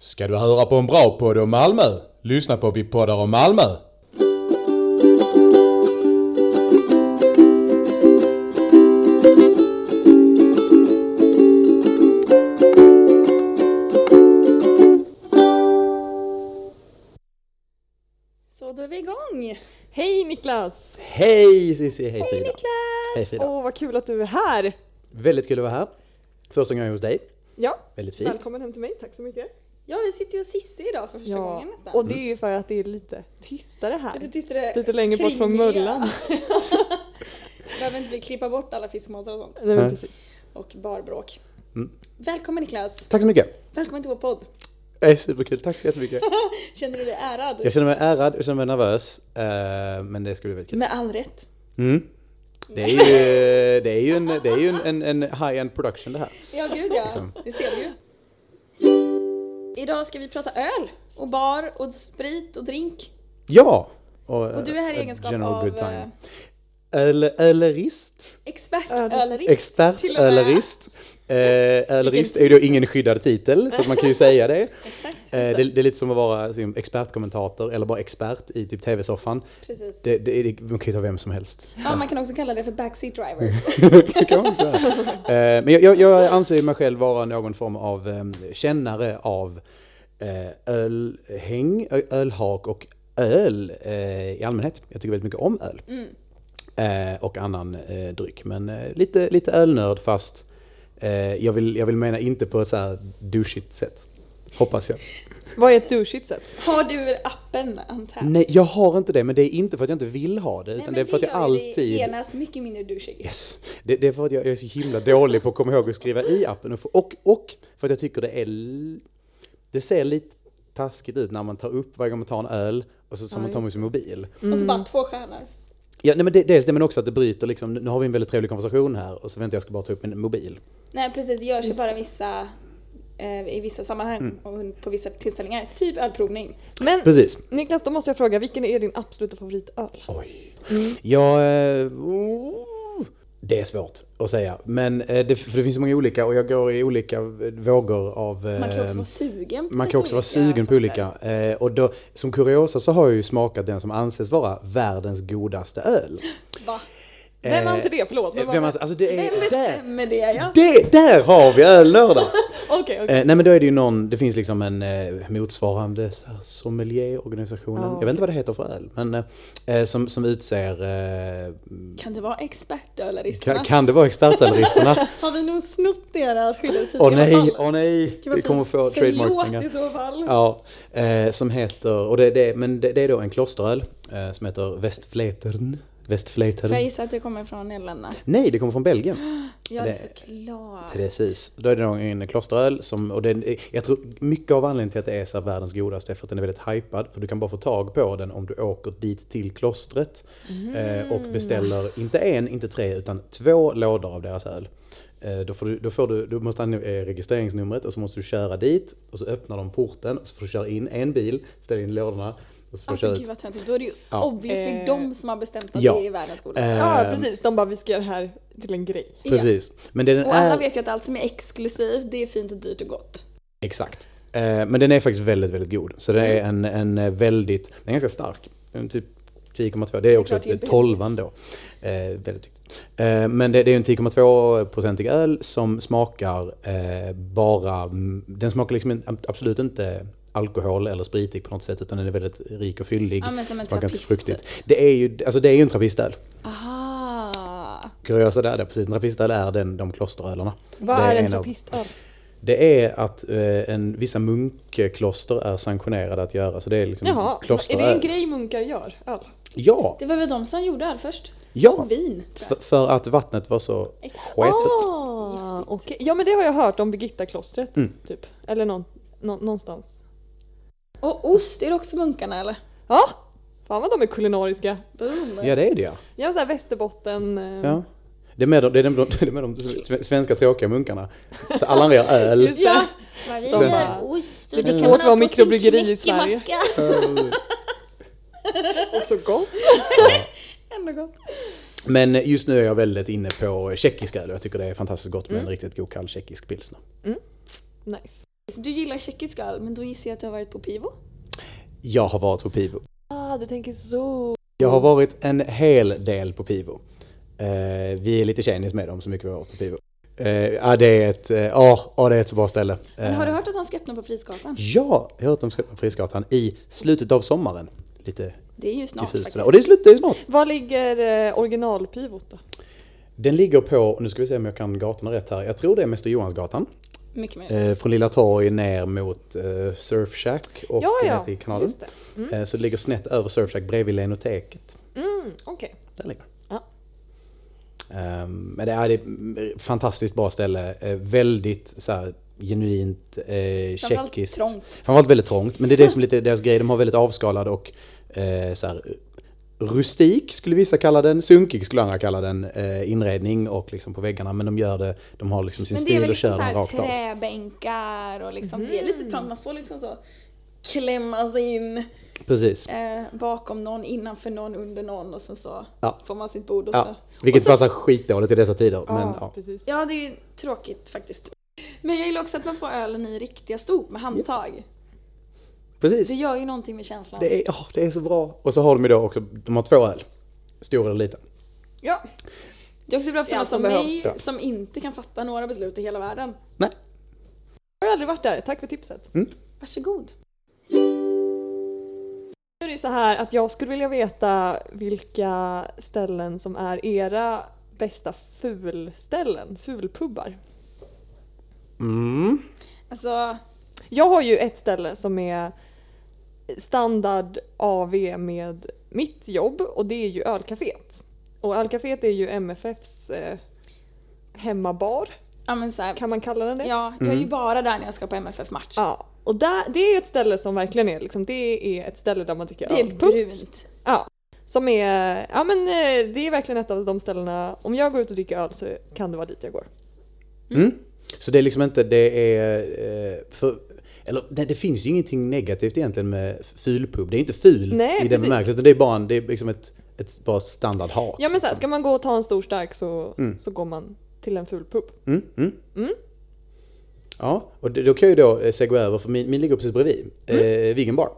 Ska du höra på en bra podd om Malmö? Lyssna på Vi poddar om Malmö. Så då är vi igång. Hej Niklas! Hej Cissi, hej Frida. Niklas! Hej Frida. Åh, vad kul att du är här! Väldigt kul att vara här. Första gången hos dig. Ja, Väldigt fint. välkommen hem till mig, tack så mycket. Ja, vi sitter ju och Cissi idag för första gången nästan. Och det är ju för att det är lite tystare här. Lite tystare. Lite längre bort från Möllan. Behöver inte vi klippa bort alla fiskmåsar och sånt. Nej, men precis. Och barbråk. Mm. Välkommen Niklas. Tack så mycket. Välkommen till vår podd. Det är superkul, tack så jättemycket. Känner du dig ärad? Jag känner mig ärad, jag känner mig nervös. Men det ska bli väldigt kul. Med all rätt. Mm. Det är ju en high-end production det här. Ja, gud ja. Liksom. Det ser du ju. Idag ska vi prata öl och bar och sprit och drink. Ja! Och du är här i egenskap av Ölerist. expertölrist. Expertölrist. Ölerist är ju då ingen skyddad titel, så man kan ju säga det. Exakt. Det är lite som att vara expertkommentator eller bara expert i typ tv-soffan. Precis. Man kan ju ta vem som helst. Ja, man kan också kalla det för backseat driver. Det kan man också säga. Men jag anser mig själv vara någon form av kännare av ölhäng, ölhak och öl i allmänhet. Jag tycker väldigt mycket om öl. Och annan dryck. Men lite ölnörd, fast jag vill mena inte på ett så här douchigt sätt. Hoppas jag. Vad är ett douchigt sätt? Har du appen Untapped? Nej, jag har inte det, men det är inte för att jag inte vill ha det, utan det är för att jag alltid... Det genas mycket mindre douchig. Yes. Det är för att jag är så himla dålig på att komma ihåg att skriva i appen. Och för att jag tycker det ser lite taskigt ut när man tar upp varje gång man tar en öl och så man tar med sin mobil. Och så bara 2 stjärnor. Ja, nej, men dels det, men också att det bryter liksom, nu har vi en väldigt trevlig konversation här och så väntar jag ska bara ta upp min mobil. Nej, precis. Det görs ju bara i vissa sammanhang och på vissa tillställningar. Typ ölprovning. Men Precis. Niklas, då måste jag fråga, vilken är din absoluta favoritöl? Oj. Det är svårt att säga. Men för det finns så många olika och jag går i olika vågor av... Man kan också vara sugen på Man kan också vara sugen på olika. Och då, som kuriosa så har jag ju smakat den som anses vara världens godaste öl. Va? Vem anser det? Förlåt. Men Vem bestämmer det? Ja? Där har vi öllördag! Okej. Nej, men då är det ju det finns liksom en motsvarande sommelierorganisationen. Jag vet inte vad det heter för öl, men som utser... Kan det vara expertölaristerna? Kan det vara expertölaristerna? Har vi nog snott deras skyddade titel? Åh nej, vi kommer få trademarkningar. Förlåt i så fall. Ja, som heter, det är då en klosteröl som heter Westfletern. Får jag gissa att det kommer från Nederländerna? Nej, det kommer från Belgien. Ja, såklart. Precis. Då är det nog en klosteröl jag tror mycket av anledningen till att det är så världens godaste är för att den är väldigt hypad. För du kan bara få tag på den om du åker dit till klostret och beställer inte 1, inte 3 utan 2 lådor av deras öl. Du måste ange registreringsnumret och så måste du köra dit och så öppnar de porten och så får du köra in en bil, ställa in lådorna. Gud vad töntigt. Då är det ju obviously de som har bestämt att det är världens godaste. Ja, precis. De bara, vi ska göra det här till en grej. Precis. Men och alla vet ju att allt som är exklusivt, det är fint och dyrt och gott. Exakt. Men den är faktiskt väldigt, väldigt god. Så det är den är ganska stark. Typ 10,2. Det är också ett 12 då. Väldigt viktigt. Men det är en 10,2% öl som smakar den smakar liksom absolut inte alkohol eller spritig på något sätt, utan den är väldigt rik och fyllig. Ja, men som en trappist. Det är ju en trappistöl. Aha. Kuriosa där, precis. En trappistöl är de klosterölarna. Vad är en trappistöl? Det är att vissa munkkloster är sanktionerade att göra. Så det är liksom klosteröl. Är det en grej munkar gör? Öl? Ja. Det var väl de som gjorde öl först? Ja. Och vin, tror jag. För att vattnet var så sketet. Okay. Ja, men det har jag hört om Birgitta-klostret, typ. Eller någonstans. Och ost, är det också munkarna, eller? Ja, fan vad de är kulinariska. Boom. Ja, det är det, ja. Ja, så här Västerbotten. Ja. Det är med de svenska tråkiga munkarna. Så alla andra gör öl. Just det. Ja, vi gör ost. Det är svårt att vara mikrobryggeri i Sverige. Också gott. Ändå gott. Men just nu är jag väldigt inne på tjeckisk öl. Jag tycker det är fantastiskt gott med en riktigt god kall tjeckisk pilsner. Nice. Så du gillar tjeckisk öl, men då gissar jag att du har varit på Pivo? Jag har varit på Pivo. Du tänker så. Jag har varit en hel del på Pivo. Vi är lite kändis med dem så mycket vi har varit på Pivo. Det är ett så bra ställe. Men har du hört att de ska öppna på Frisgatan? Ja, jag har hört att de ska öppna på Frisgatan i slutet av sommaren. Lite det är ju snart faktiskt. Och det är snart. Var ligger originalpivot då? Den ligger på, nu ska vi se om jag kan gatorna rätt här. Jag tror det är Mäster Johansgatan. Mycket mer. Från Lilla Torg ner mot Surfshack och ner till kanalen. Just det. Så det ligger snett över Surfshack bredvid Lenoteket. Okej. Där ligger. Ja. Men det är ett fantastiskt bra ställe. Väldigt så här, genuint tjeckiskt. Framförallt väldigt trångt. Men det är det som är lite deras grej. De har väldigt avskalad och så här, rustik skulle vissa kalla den. Sunkig skulle andra kalla den. Inredning och liksom på väggarna. Men de gör det. De har liksom sin stil och kör den rakt av. Men det är väl liksom träbänkar och liksom, det är lite trångt. Man får liksom så klämma sig in. Precis. Bakom någon, innanför någon, under någon och sen så får man sitt bord och så. Vilket passar skitdåligt i dessa tider. Precis. Ja, det är ju tråkigt faktiskt. Men jag gillar också att man får ölen i riktiga stop med handtag. Precis. Det gör ju någonting med känslan. Det är så bra. Och så har de ju då också, de har 2 öl. Stor eller liten. Ja. Det är också bra för sådana som behövs. mig som inte kan fatta några beslut i hela världen. Nej. Jag har aldrig varit där. Tack för tipset. Varsågod. Nu är det så här att jag skulle vilja veta vilka ställen som är era bästa fulpubbar. Alltså, jag har ju ett ställe som är standard AV med mitt jobb och det är ju ölcaféet. Och ölcaféet är ju MFFs hemmabar. ja men så här, Kan man kalla den det? ja, jag är ju bara där när jag ska på MFF-match. Ja. Och det är ju ett ställe som verkligen är liksom, det är ett ställe där man tycker Det är brunt. Ja. Som är, det är verkligen ett av de ställena, om jag går ut och dricker öl så kan det vara dit jag går. Så det är liksom inte, det är det finns ju ingenting negativt egentligen med fulpub. Det är inte fult i den bemärkelsen, det är liksom ett bara standard hat. Ja men så här, ska man gå och ta en stor stark så går man till en fulpub. Ja, och då kan jag ju då segwa över, för min ligger precis bredvid. Vegan Bar.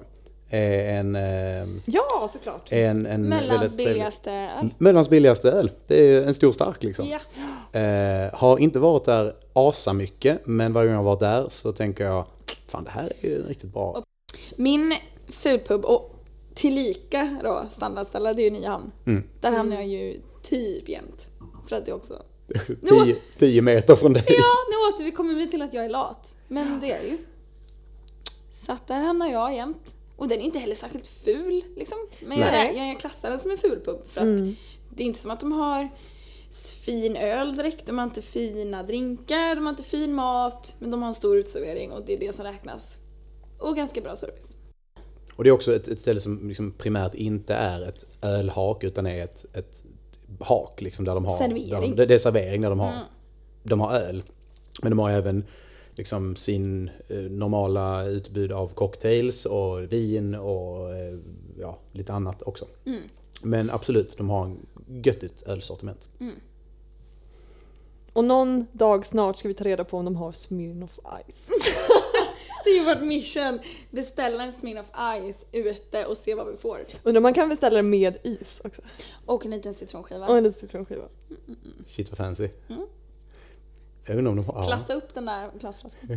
Ja, såklart. Mellands billigaste öl. Mellands billigaste öl. Det är en stor stark liksom. Ja. Har inte varit där asa mycket, men varje gång jag har varit där så tänker jag, fan det här är ju riktigt bra. Min fulpub och tillika då standardställe, det är ju Nyhamn. Där hamnar jag ju typ jämt. För att det också 10 meter från dig. Ja, nu återkommer vi till att jag är lat. Men det är ju. Så att där hamnar jag jämt. Och den är inte heller särskilt ful liksom. Men jag klassar den som en fulpub. För att det är inte som att de har fin öl direkt. De har inte fina drinkar. De har inte fin mat. Men de har en stor utservering och det är det som räknas. Och ganska bra service. Och det är också ett ställe som liksom primärt inte är ett ölhak utan är ett hak liksom, där de har servering. Det är servering där de har öl. Men de har även liksom sin normala utbud av cocktails och vin och lite annat också. Men absolut, de har en göttigt ölsortiment. Och någon dag snart ska vi ta reda på om de har Smirnoff Ice. Det är ju vårt mission. Beställa en Smirnoff Ice ute och se vad vi får. Undrar man kan beställa den med is också. Och en liten citronskiva. Shit vad fancy. Jag undrar om de har... Klassa upp den där glasflaskan.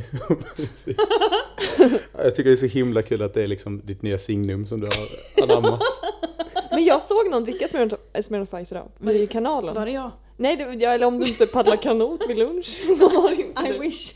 Jag tycker det är så himla kul att det är liksom ditt nya signum som du har anammat. Men jag såg någon dricka Smirnoff Ice idag vid kanalen. Var det jag? Nej, eller om du inte paddlar kanot vid lunch. I wish.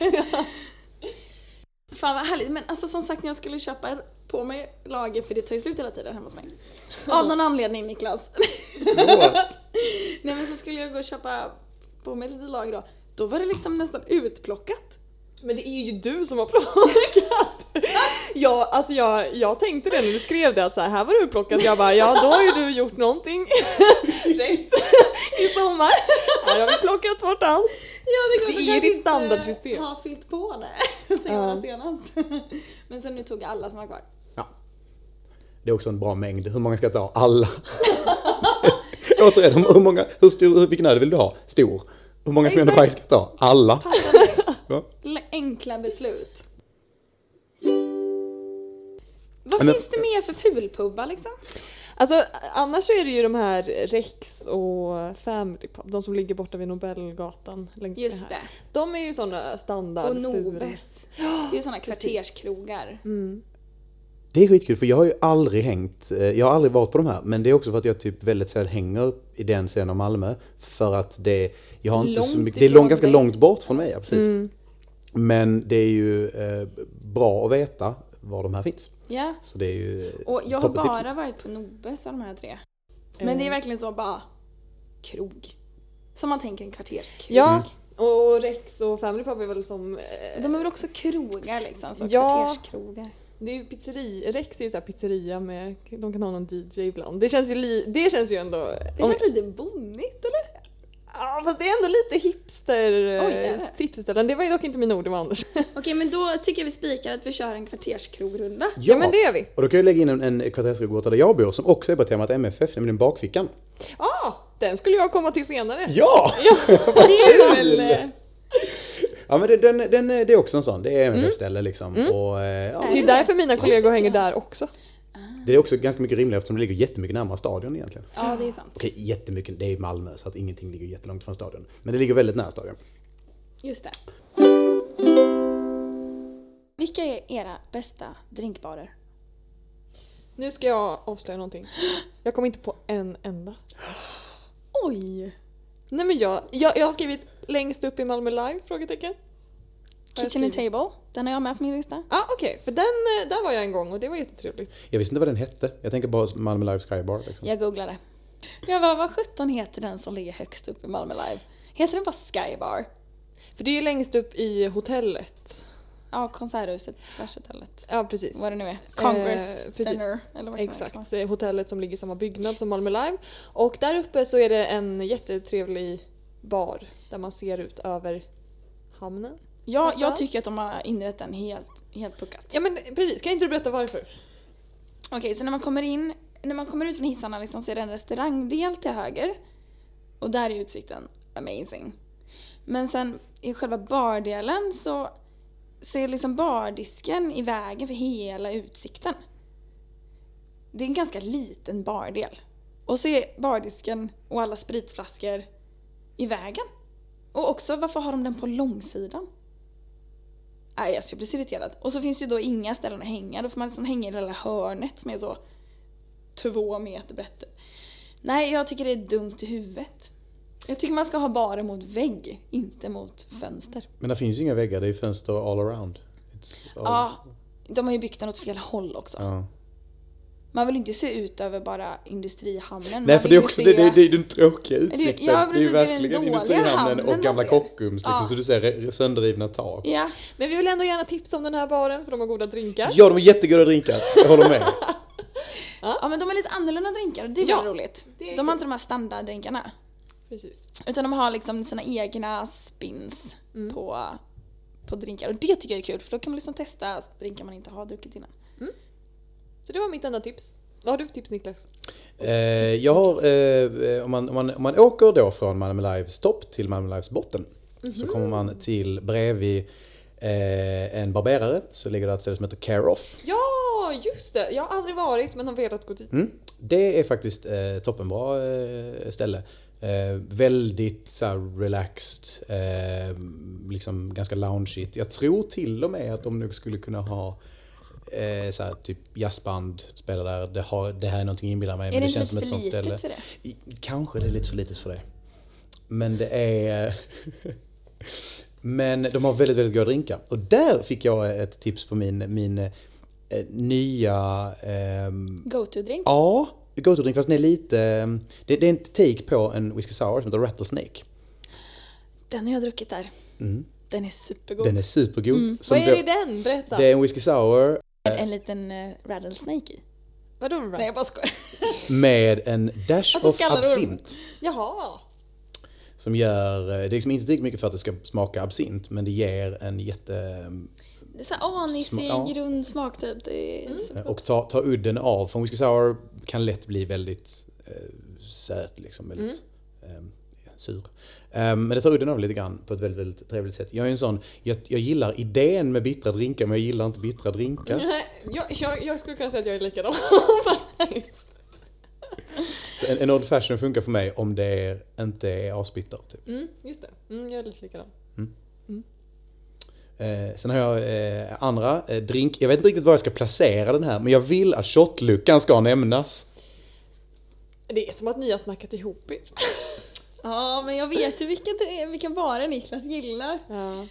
Fan vad härligt. Men alltså som sagt, när jag skulle köpa på mig lager, för det tar ju slut hela tiden hemma hos mig. Av någon anledning, Niklas. Nej men så skulle jag gå och köpa på mig lite lager då. Då var det liksom nästan utplockat. Men det är ju du som har plockat. Jag tänkte det när du skrev det att så här var det utplockat. Jag bara, då har ju du gjort någonting rätt i sommar. Här har vi plockat bort allt. Ja, det är ditt standardsystem. Har fyllt på det senast. Men så nu tog jag alla som var kvar. Ja. Det är också en bra mängd. Hur många ska jag ta? Alla. Återigen, vilken öl vill du ha? Stor. Hur många Smirnoff Ice ska jag ta? Alla. Ja. Enkla beslut. Vad finns det mer för fulpubbar liksom? Alltså annars är det ju de här Rex och Family Pub, de som ligger borta vid Nobelgatan längs Just det det. här. De är ju sådana standard. Och Nobes. Det är ju sådana kvarterskrogar. Det är skitkul för jag har ju aldrig hängt, jag har aldrig varit på de här, men det är också för att jag typ väldigt sällan hänger i den scenen av Malmö för att jag har inte så mycket, det är ganska långt bort från mig, ja, precis. Men det är ju bra att veta var de här finns. Ja. Så det är ju och jag har bara varit på Nobes av de här 3. Men det är verkligen så bara krog. Som man tänker en kvarterskrog. Ja, och Rex och Family Pub är väl som... De är väl också krogar liksom, så ja, kvarterskrogar. Det är ju pizzeria. Rex är ju så här pizzeria med, de kan ha någon DJ ibland. Det känns ju ändå... Det känns lite bonnigt, eller? Ja, fast det är ändå lite hipsterställen. Det var ju dock inte min ord, det var Anders. Okej, men då tycker jag vi spikar att vi kör en kvarterskrogrunda. Ja, men det gör vi. Och då kan jag lägga in en kvarterskrog där jag bor som också är på temat MFF, nämligen Bakfickan. Den skulle jag komma till senare. Ja! Kul! Ja, men det är också en sån. Det är MFF-ställe liksom. Och, Det är därför mina kollegor hänger där också. Det är också ganska mycket rimligt eftersom det ligger jättemycket närmare stadion egentligen. Ja, det är sant. Okej, jättemycket. Det är Malmö så att ingenting ligger jättelångt från stadion. Men det ligger väldigt nära stadion. Just det. Vilka är era bästa drinkbarer? Nu ska jag avslöja någonting. Jag kom inte på en enda. Oj! Nej, men jag har skrivit längst upp i Malmö Live, frågetecken. Kitchen and Table, den har jag med på min lista. Okej. För där var jag en gång och det var jättetrevligt. Jag visste inte vad den hette. Jag tänker bara Malmö Live Skybar. Liksom. Jag googlade. Jag bara, vad 17 heter den som ligger högst upp i Malmö Live? Heter den bara Skybar? För det är ju längst upp i hotellet. Ja, konserthuset, hotellet. Ja, precis. Vad det nu är. Congress precis. Center. Eller vad exakt, det är hotellet som ligger i samma byggnad som Malmö Live. Och där uppe så är det en jättetrevlig bar där man ser ut över hamnen. Ja, jag tycker att de har inrett den helt puckat. Ja, men precis. Kan inte du berätta varför? Okej, så när man kommer ut från hissarna liksom, så är det en restaurangdel till höger. Och där är utsikten amazing. Men sen i själva bardelen så är liksom bardisken i vägen för hela utsikten. Det är en ganska liten bardel. Och så är bardisken och alla spritflaskor i vägen. Och också, varför har de den på långsidan? Nej, jag blir så irriterad. Och så finns det ju då inga ställen att hänga. Då får man liksom hänga i det lilla hörnet som är så 2 meter brett. Nej, jag tycker det är dumt i huvudet. Jag tycker man ska ha bara mot vägg, inte mot fönster. Men det finns ju inga väggar, det är ju fönster all around. Ja, de har ju byggt den åt fel håll också. Ja. Man vill inte se ut över bara industrihamnen. Nej, för det är också det är den tråkiga utsikten. Ja, det är ju det är den verkligen dåliga industrihamnen hamnen och gamla man ser. Kockums liksom, så du ser sönderrivna tak. Ja. Men vi vill ändå gärna tipsa om den här baren för de har goda drinkar. Ja, de är jättegoda drinkar. Jag håller med. Ja, men de är lite annorlunda drinkar. Det är väldigt roligt. De har inte de här standarddrinkarna. Precis. Utan de har liksom sina egna spins på drinkar. Och det tycker jag är kul, för då kan man liksom testa drinkar man inte har druckit innan. Så det var mitt enda tips. Vad har du för tips, Niklas? Jag har, om man åker då från Malmö Lives topp till Malmö Lives botten, så kommer man till bredvid en barberare, så ligger det ett ställe som heter Care Off. Ja, just det. Jag har aldrig varit men har velat gå dit. Det är faktiskt toppenbra ställe. Väldigt så här relaxed, liksom ganska loungeigt. Jag tror till och med att de nog skulle kunna ha så här, typ jazzband spelar där. Det här är någonting jag inbillar mig, men det känns som ett sånt ställe. Är det lite för det? Kanske det är lite för litet för det. Men det är men de har väldigt, väldigt goda drinkar. Och där fick jag ett tips på min nya go-to-drink? Ja, go-to-drink, fast den är lite det är en take på en whisky sour som heter Rattlesnake. Den har jag druckit där. Den är supergod. Den är supergod. Vad är det i den? Berätta. Det är en whisky sour. En liten rattlesnake i. Vadå? Nej, jag bara skojar. Med en dash alltså, of absint. Jaha. Som gör, det är liksom inte tillräckligt mycket för att det ska smaka absint, men det ger en jätte... Det är så anisig grundsmak typ. Det är och ta udden av. För en whisky sour kan lätt bli väldigt söt liksom. Väldigt sur. Men det tar udden av lite grann på ett väldigt, väldigt trevligt sätt. Jag är en sån, jag gillar idén med bittra drinkar, men jag gillar inte bittra drinkar. Nej, jag skulle kunna säga att jag är likadan. Så en old fashion funkar för mig om det inte är asbitter typ. Just det, jag är lite likadan. Sen har jag andra drink. Jag vet inte riktigt var jag ska placera den här, men jag vill att shotluckan ska nämnas. Det är som att ni har snackat ihop er. Ja, men jag vet ju vilka barer Niklas gillar. Ja.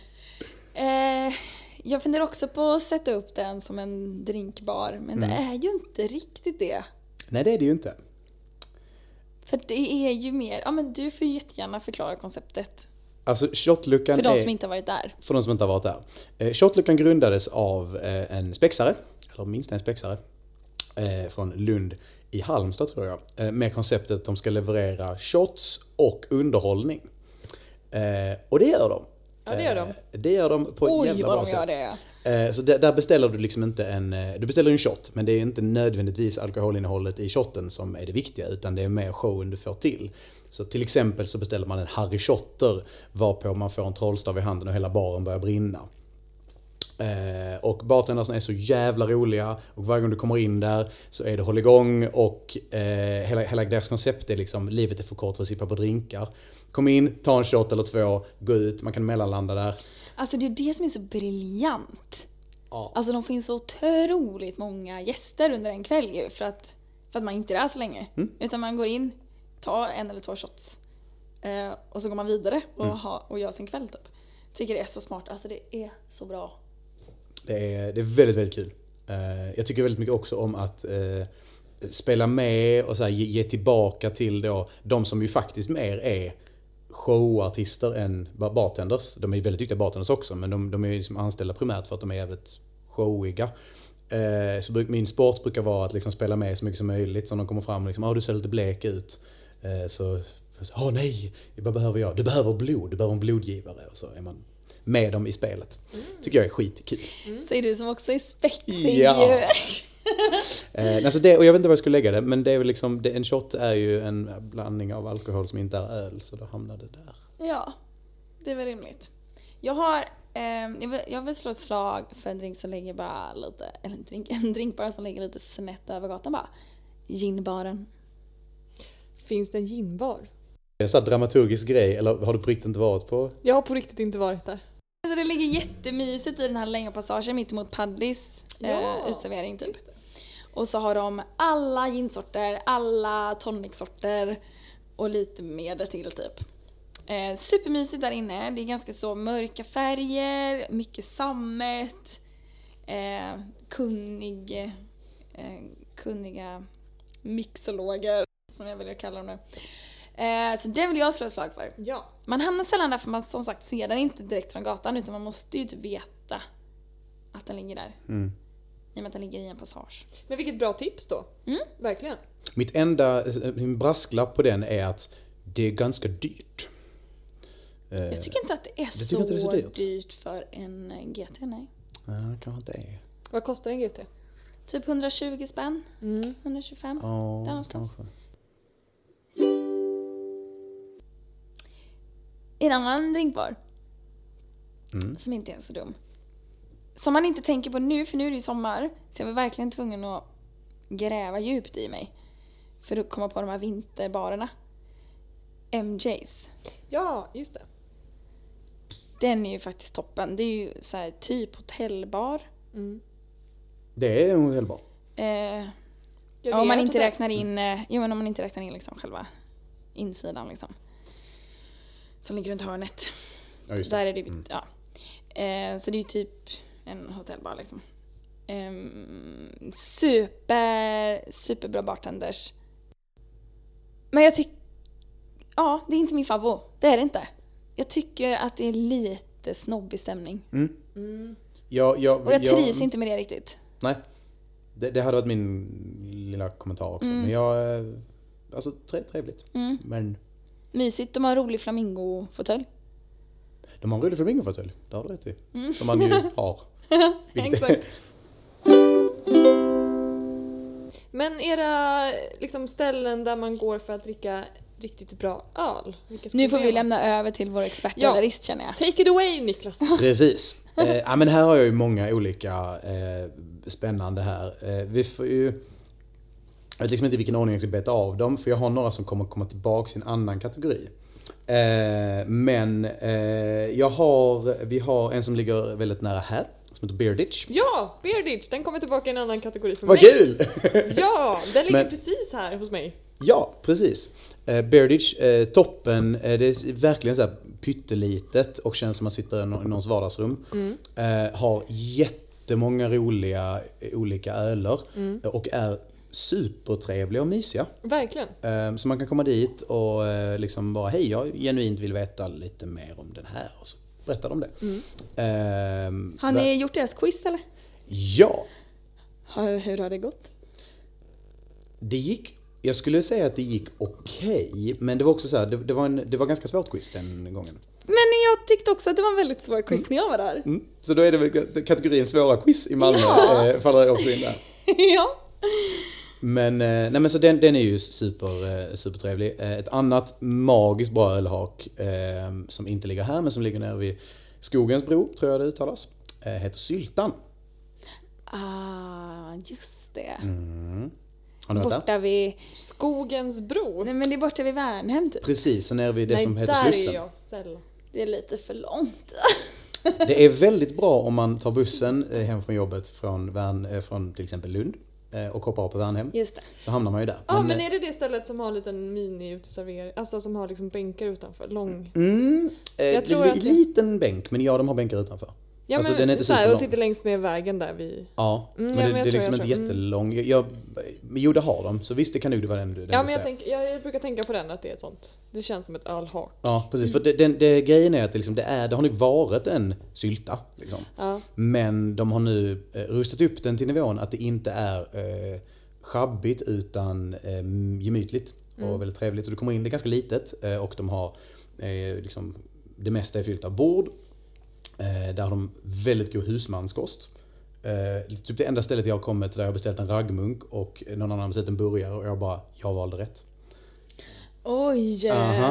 Jag funderar också på att sätta upp den som en drinkbar, men det är ju inte riktigt det. Nej, det är det ju inte. För det är ju mer, ja men du får ju jättegärna förklara konceptet. Alltså shotluckan för de som inte har varit där. För de som inte har varit där. Shotluckan grundades av en spexare, eller minst en spexare, från Lund i Halmstad tror jag. Med konceptet att de ska leverera shots och underhållning. Och det gör de. Ja, det gör de. Det gör de på ett jävla bra sätt. Oj, vad de gör det. Så där beställer du liksom inte du beställer en shot, men det är inte nödvändigtvis alkoholinnehållet i shotten som är det viktiga, utan det är mer showen du får till. Så till exempel så beställer man en Harry Shotter, varpå man får en trollstav i handen och hela baren börjar brinna. Och bartendersna är så jävla roliga, och varje gång du kommer in där så är det håll igång, och hela deras koncept är liksom, livet är för kort för att sippa på drinkar. Kom in, ta en shot eller två, gå ut, man kan mellanlanda där. Alltså det är det som är så briljant. Ja. Alltså de finns så otroligt många gäster under en kväll ju, för att man inte är där så länge. Utan man går in, tar en eller två shots, och så går man vidare och gör sin kväll typ. Tycker det är så smart, alltså det är så bra. Det är väldigt, väldigt kul. Jag tycker väldigt mycket också om att spela med och så här, ge tillbaka till då de som ju faktiskt mer är showartister än bartenders. De är väldigt duktiga bartenders också, men de är ju liksom anställda primärt för att de är jävligt showiga. Så min sport brukar vara att liksom spela med så mycket som möjligt. Så de kommer fram och liksom, du ser lite blek ut. Nej, vad behöver jag? Du behöver blod, du behöver en blodgivare. Och så är man med dem i spelet. Tycker jag är skitkul. Säger du som också är spexig. Ja. Alltså det, och jag vet inte var jag skulle lägga det, men det är väl liksom, en shot är ju en blandning av alkohol som inte är öl, så då hamnar det där. Ja, det är väl rimligt. Jag vill slå ett slag för en drink som ligger bara lite, eller en drink bara som ligger lite snett över gatan bara. Ginbaren. Finns det en ginbar? Det är en sån här dramaturgisk grej, eller har du på riktigt inte varit på? Jag har på riktigt inte varit där. Alltså det ligger jättemysigt i den här länga passagen mitt emot Paddys utservering typ. Och så har de alla ginsorter, alla tonicsorter och lite mer till typ. Supermysigt där inne. Det är ganska så mörka färger, mycket sammet, kunniga mixologer som jag vill kalla dem nu. Så det vill jag slå ett slag för. Ja. Man hamnar sällan där för man som sagt ser den inte direkt från gatan, utan man måste ju typ veta att den ligger där. I och med att den ligger i en passage. Men vilket bra tips då. Verkligen. Min brasklapp på den är att det är ganska dyrt. Jag tycker inte att det är så dyrt för en GT, nej. Ja, kanske inte är. Vad kostar en GT? Typ 120 spänn. 125. Ja, kanske. En annan drinkbar som inte är så dum, som man inte tänker på nu, för nu är det ju sommar, så jag var verkligen tvungen att gräva djupt i mig för att komma på de här vinterbarerna. MJs. Ja, just det. Den är ju faktiskt toppen. Det är ju så här typ hotellbar. Det är en hotellbar. Om man inte räknar in men om man inte räknar in liksom själva insidan liksom, som ligger runt hörnet. Ja, just det. Där är det så det är ju typ en hotellbar liksom. Superbra bartenders. Men jag tycker det är inte min favorit. Det är det inte. Jag tycker att det är lite snobbig stämning. Och jag trivs inte med det riktigt. Nej. Det hade varit min lilla kommentar också. Men alltså trevligt. Men mysigt, de har en rolig flamingo-fåtölj. De har en rolig flamingo-fåtölj, det har du rätt i. Som man ju har. Exakt. Men era liksom ställen där man går för att dricka riktigt bra öl. Nu får vi lämna över till vår expertölist känner jag. Take it away Niklas. Precis. Men här har jag ju många olika spännande här. Vi får ju... Jag vet liksom inte vilken ordning jag ska beta av dem, för jag har några som kommer komma tillbaka i en annan kategori. Vi har en som ligger väldigt nära här, som heter Bearditch. Ja, Bearditch, den kommer tillbaka i en annan kategori för mig. Vad kul! Ja, den ligger precis här hos mig. Ja, precis. Bearditch, toppen, det är verkligen så här pyttelitet och känns som man sitter i någons vardagsrum. Har jättemånga roliga olika öler och är supertrevliga och mysiga. Verkligen. Så man kan komma dit och liksom bara, hej, jag genuint vill veta lite mer om den här, och så berättar de det. Har ni gjort deras quiz eller? Ja. Hur har det gått? Jag skulle säga att det gick okej, men det var också så här, det var ganska svårt quiz den gången. Men jag tyckte också att det var en väldigt svår quiz när jag var där. Så då är det väl kategorin svåra quiz i Malmö, faller också in där. Ja. Men så den är ju supertrevlig. Ett annat magiskt bra ölhak som inte ligger här, men som ligger nere vid Skogens bro, tror jag det uttalas, heter Syltan. Just det. Har ni hört borta vid Skogens bro. Nej, men det är borta vid Värnhem typ. Precis, så nere vid det som heter Slussen. Där är jag sällan. Det är lite för långt. Det är väldigt bra om man tar bussen hem från jobbet från till exempel Lund och hoppar på Värnhem. Just det. Så hamnar man ju där. Ja, men är det stället som har en liten mini-uteservering? Alltså som har liksom bänkar utanför? Jag tror liten bänk, men ja, de har bänkar utanför. Ja, alltså, men den är inte så här, och sitter längs med vägen där vid... Ja, men det är liksom inte jättelång. Jo, det har de. Så visst, det kan nog vara den ja, men jag brukar tänka på den, att det är ett sånt. Det känns som ett ölhak. Ja, precis. För det grejen är att det har nog varit en sylta. Liksom. Ja. Men de har nu rustat upp den till nivån att det inte är schabbigt utan gemytligt och väldigt trevligt. Så du kommer in, det är ganska litet och de har liksom, det mesta är fyllt av bord. Där har de väldigt god husmanskost. Typ det enda stället jag har kommit där jag har beställt en raggmunk och någon annan har beställt en burgare och jag valde rätt. Oj!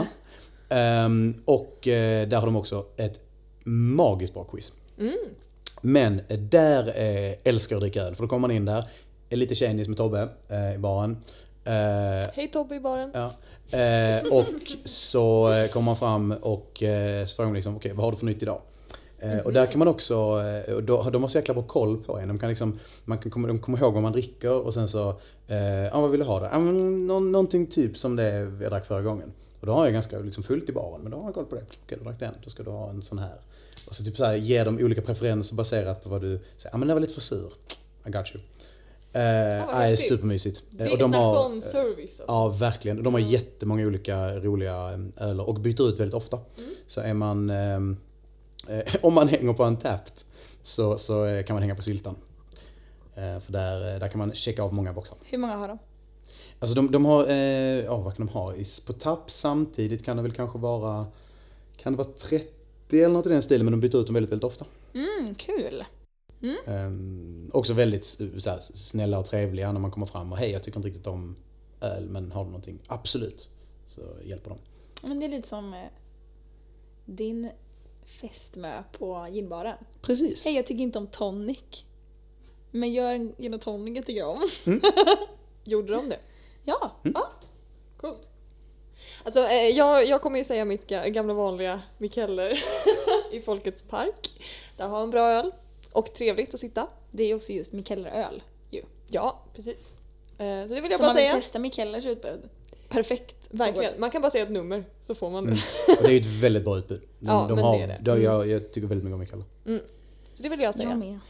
Och där har de också ett magiskt bra quiz. Men där älskar jag att dricka öl. För då kommer man in där, är lite kändis med Tobbe i baren. Hej Tobbe i baren. Ja. Och så kommer man fram och så frågar man liksom, okej, vad har du för nytt idag? Och där kan man också, de har så jäkla bra koll på en. De kommer ihåg vad man dricker och sen så, vad vill du ha där? Någonting typ som det jag drack förra gången. Och då har jag ganska liksom fullt i baren, men då har jag koll på det. Okej, du drack den, då ska du ha en sån här. Och så typ så här, ger de olika preferenser baserat på vad du säger. Men det var lite för sur. I got you. Är supermysigt. Det är snack om service. Alltså. Ja, verkligen. De har jättemånga olika roliga öler och byter ut väldigt ofta. Så är man... om man hänger på en Tapped så kan man hänga på Syltan. För där kan man checka av många boxar. Hur många har de? Alltså de har, vad kan de ha? På tapp samtidigt kan det väl kanske vara, kan det vara 30 eller något i den stilen, men de byter ut dem väldigt, väldigt ofta. Kul. Också väldigt så här, snälla och trevliga när man kommer fram och hej, jag tycker inte riktigt om öl, men har du någonting? Absolut. Så hjälper de. Men det är lite som din festmö på ginbaren. Precis. Hej, jag tycker inte om tonic. Men gör en gin och tonic jag tycker om. Gjorde de det? Ja. Coolt. Alltså jag kommer ju säga mitt gamla vanliga Mikkeller i Folkets park. Där har en bra öl och trevligt att sitta. Det är också just Mikkeller öl ju. Ja, precis. Så det vill jag så bara säga. Så man vill testa Mikkellers utbud. Perfekt. Verkligen. Man kan bara säga ett nummer så får man det. Och det är ju ett väldigt bra utbud. Det är det. Jag tycker väldigt mycket om Mikkeller. Så det vill jag säga. Jag med.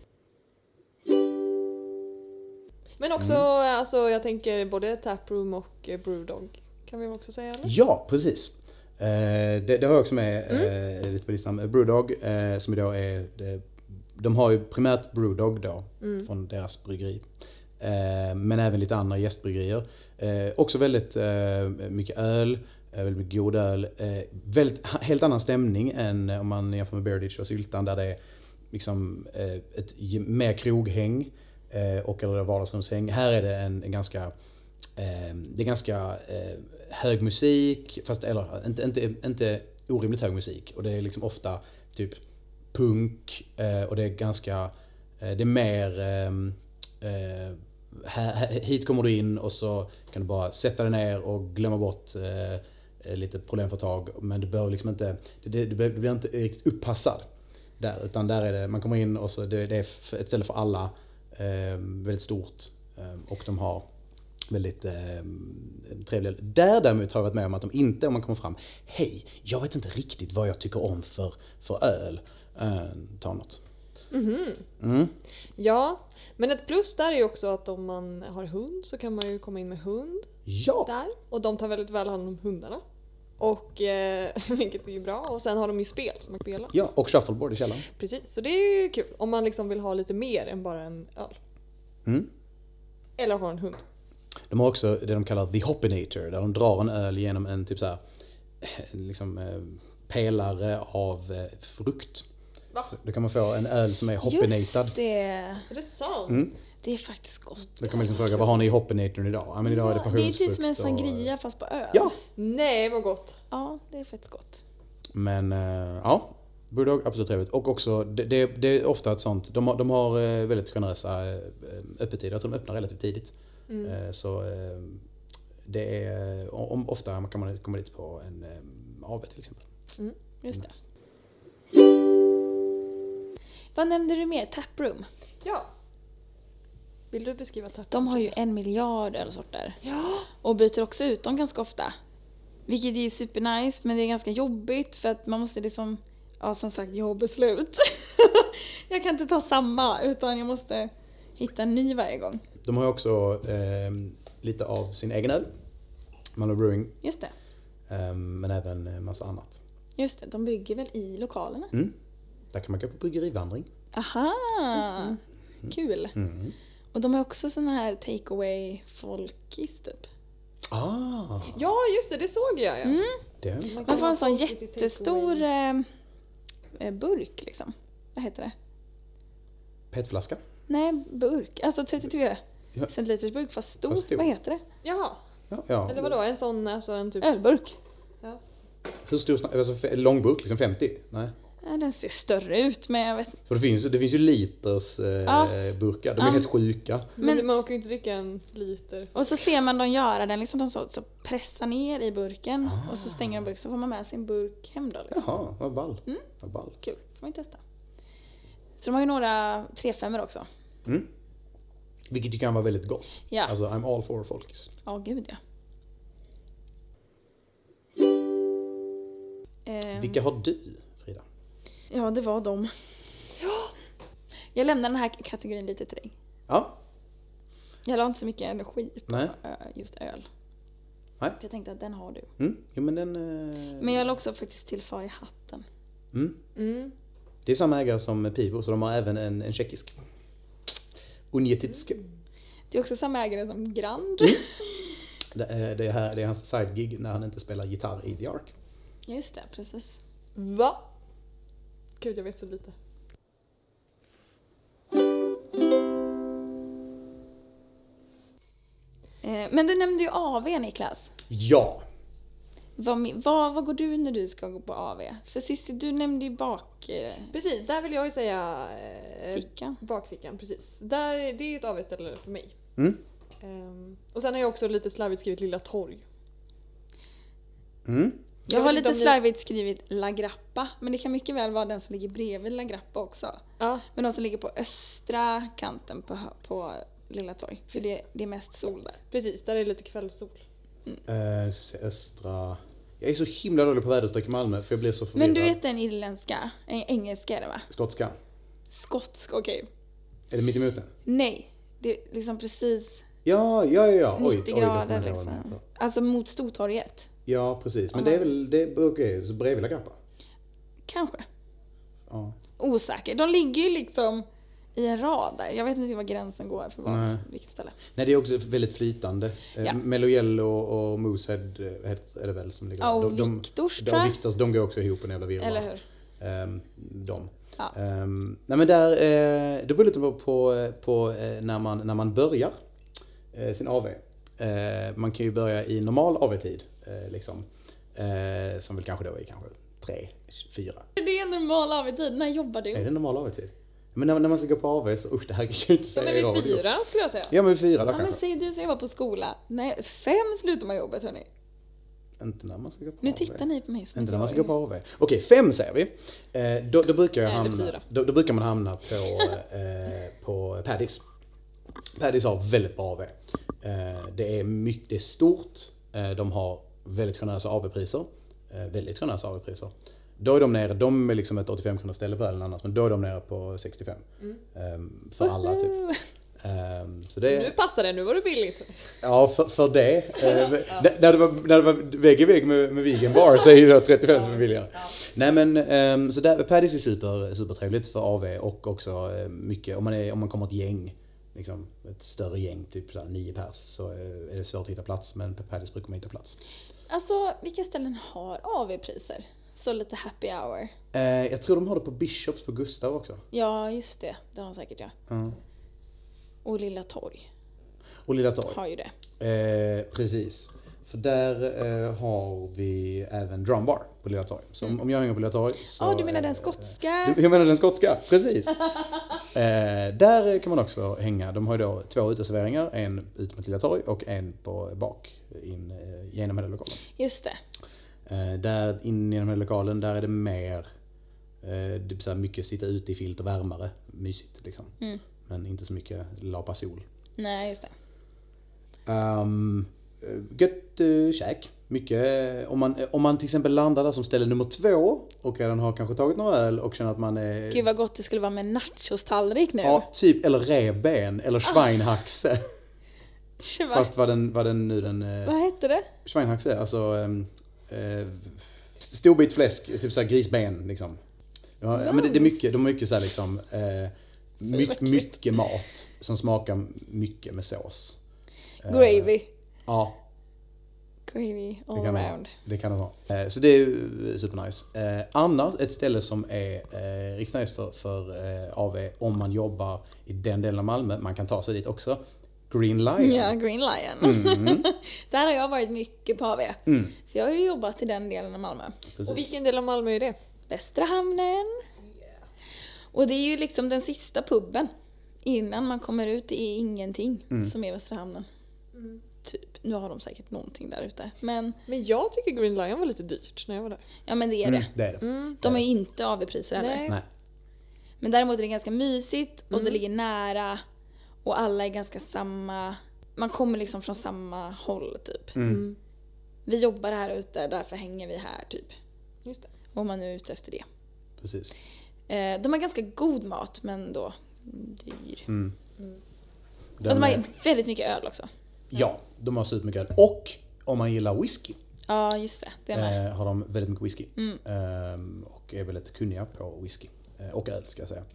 Men också, alltså, jag tänker både Taproom och Brewdog. Kan vi också säga, eller? Ja, precis. Det har jag också med lite på listan. Brewdog, som idag är... De har ju primärt Brewdog då, från deras bryggeri. Men även lite andra gästbryggerier. Också väldigt mycket öl, väldigt mycket god öl. Helt annan stämning än om man jämför med Bearditch och Syltan, där det är liksom ett mer kroghäng och eller vardagsrumshäng. Här är det en ganska det är ganska hög musik, fast eller inte orimligt hög musik. Och det är liksom ofta typ punk och det är ganska, det är mer hit kommer du in och så kan du bara sätta dig ner och glömma bort lite problem för ett tag. Men du behöver liksom inte, du blir inte riktigt uppassad där, utan där är det, man kommer in och så det är ett ställe för alla, väldigt stort, och de har väldigt trevliga. Där däremot har jag varit med om att de inte, om man kommer fram, hej, jag vet inte riktigt vad jag tycker om för öl, ta något. Ja, men ett plus där är ju också att om man har hund så kan man ju komma in med hund där. Och de tar väldigt väl hand om hundarna. Och vilket är ju bra. Och sen har de ju spel som man spelar. Ja, och shuffleboard i källaren. Precis, så det är ju kul om man liksom vill ha lite mer än bara en öl. Eller ha en hund. De har också det de kallar The Hoppinator, där de drar en öl genom en typ så här, liksom pelare av frukt. Va? Då kan man få en öl som är hoppinated. Just det. Är det sant? Det är faktiskt gott. Då kan man liksom fråga, vad har ni i hoppinatorn idag? Ja, men idag är det Det är passionsfrukt. typ som en sangria fast på öl. Ja. Nej, vad gott. Ja, det är faktiskt gott. Men ja, Brewdog, absolut trevligt. Och också, det är ofta ett sånt, de har väldigt generösa öppettider. Jag tror de öppnar relativt tidigt. Så det är, ofta kan man komma dit på en AV till exempel. Just det. Vad nämnde du mer? Taproom. Ja. Vill du beskriva taproom? De har ju 1 miljard ölsorter. Ja. Och byter också ut dem ganska ofta. Vilket är supernice, men det är ganska jobbigt för att man måste liksom, ja som sagt, jobbeslut. Jag kan inte ta samma, utan jag måste hitta en ny varje gång. De har ju också lite av sin egen öl. Malmö Brewing. Just det. Men även massa annat. Just det, de brygger väl i lokalerna. Där kan man gå på bryggerivandring. Aha, kul. Och de har också såna här takeaway folkis typ. Ja, just det såg jag. Ja. Man får en sån jättestor burk liksom. Vad heter det? PET-flaska? Nej, burk. Alltså 33 centiliters burk fast stor. Vad heter det? Jaha. Ja. Eller vadå? En sån, alltså en typ... Ölburk. Ja. Hur stor, alltså långburk, liksom 50? Nej. Ja, den ser större ut, men jag vet inte. För det finns ju liters burkar. De är helt sjuka. Men man kan ju inte dricka en liter. Och så ser man dem göra den liksom, de så pressar ner i burken och så stänger de burken, så får man med sin burk hem då liksom. Jaha, vad ball. Vad ball. Kul, får man ju testa. Så de har ju några 3-5 också. Vilket ju kan vara väldigt gott. Ja. Alltså I'm all for folkis. Ja, gud ja. Vilka har du, Frida? Ja, det var de. Jag lämnar den här kategorin lite till dig. Ja. Jag la inte så mycket energi på just öl. Nej. För jag tänkte att den har du. Jo, men den... Men jag la också faktiskt till far i hatten. Det är samma ägare som Pivo, så de har även en tjeckisk. Unjetitsk. Det är också samma ägare som Grand. Det är hans side-gig när han inte spelar gitarr i The Ark. Just det, precis. Va? Gud, jag vet så lite. Men du nämnde ju AV, Niklas. Ja. Vad går du när du ska gå på AV? För sist du nämnde ju Precis, där vill jag ju säga fickan. Bakfickan, precis. Där, det är ju ett AV-ställe för mig. Och sen har jag också lite slarvigt skrivit Lilla Torg. Jag har lite slarvigt skrivit La Grappa, men det kan mycket väl vara den som ligger bredvid La Grappa också. Ja. Men de som ligger på östra kanten på Lilla Torg, för det är mest sol där. Precis, där är det lite kvällssol. Östra... Jag är så himla dålig på väderstreck i Malmö, för jag blir så förvirrad. Men du vet en irländska, en engelska är det va? Skotska. Skotska, okej. Är det mitt emot den? Nej, det är liksom precis... Ja. 90 grader liksom. Alltså mot Stortorget. Ja, precis. Men det är väl okej, så bredvid La Grappa? Kanske. Ja. Osäker. De ligger ju liksom i en rad där. Jag vet inte var gränsen går för vilket ställe. Nej, det är också väldigt flytande. Ja. Melloyello och Moosehead är det väl som ligger där. Och Viktors, tror jag. Viktors, de går också ihop en jävla virva. Eller hur? De. Ja. Nej, men där, det beror lite på när man börjar sin AV. Man kan ju börja i normal AV-tid liksom. Som väl kanske då är kanske 3, 4. Det är normal AV-tid. När jobbar du? Är det normal AV-tid? Men när man ska gå på AV så det här kan jag inte säga. Men vid 4 skulle jag säga. Ja, men vid 4 då Ja, kanske. men säg du som jobbar på skola. Nej, 5 slutar man jobbet, hörni. Inte när man ska gå på Nu AV. tittar ni på mig som Inte en när man ska gå på AV. Okej, 5 säger vi. Då brukar jag Eller hamna. 4. Då brukar man hamna på Paddy's. Paddy's har väldigt bra AV. Det är stort. De har väldigt generösa AV-priser. Väldigt generösa AV-priser. Då är de nere, de är liksom ett 85 kronor ställe på ölen annars, men då är de nere på 65. För alla typ. Så det, Nu passar det, nu var det billigt. ja, för det. När det var vägg i vägg med vegan bar så är det 35 som är billigare. Nej men, så där, Paddy's är supertrevligt för AV och också mycket, om man kommer ett gäng, liksom, ett större gäng, typ 9 pers, så är det svårt att hitta plats, men på Paddy's brukar man hitta plats. Alltså, vilka ställen har AV-priser? Så lite happy hour. Jag tror de har det på Bishops på Gustav också. Ja, just det. Det har de säkert, ja. Mm. Och Lilla Torg Och Lilla Torg. har ju det. Precis. För där har vi även Drumbar på Lilla Torg. Så om jag hänger på Lilla Torg så... Ja, du menar den skotska? Jag menar den skotska, precis. Där kan man också hänga. De har ju då 2 uteserveringar. En ut mot Lilla Torg och en på bak in genom hela lokalen. Just det. Där in genom hela lokalen, där är det mer det är så här mycket sitta ute i filt och värmare. Mysigt liksom. Men inte så mycket lapa sol. Nej, just det. Gött käk. Mycket, om man till exempel landar där som ställe nummer 2 och redan har kanske tagit några öl och känner att man är... Gud vad gott det skulle vara med nachos-tallrik nu. Ja, typ, eller revben, eller schweinhaxe. Fast vad den nu den... Vad heter det? Schweinhaxe, alltså stor bit fläsk, typ så här grisben liksom. Ja, men det är mycket, de har mycket så här liksom mycket mat som smakar mycket med sås. Gravy. Ja. Gravy all around. Det kan det vara. Så det är ju supernice. Annars ett ställe som är riktigt nice för AV om man jobbar i den delen av Malmö. Man kan ta sig dit också. Green Lion. Ja, Green Lion. Där har jag varit mycket på AV. För jag har ju jobbat i den delen av Malmö. Precis. Och vilken del av Malmö är det? Västra hamnen. Och det är ju liksom den sista puben innan man kommer ut i ingenting som är Västra hamnen. Typ. Nu har de säkert någonting där ute. Men jag tycker Green Lion var lite dyrt när jag var där. ja, men det är det. Det är det. De har ju inte AV-priser heller. Nej. Men däremot är det ganska mysigt och det ligger nära. Och alla är ganska samma. Man kommer liksom från samma håll typ. Vi jobbar här ute, därför hänger vi här typ. Just det. Om man nu är ute efter det. Precis. De har ganska god mat, men då dyr. Och de Den har väldigt mycket öl också. Ja, de har supermycket öl. Och om man gillar whisky Ja, just det. Det är med. har de väldigt mycket whisky. Och är väldigt kunniga på whisky. Och öl ska jag säga.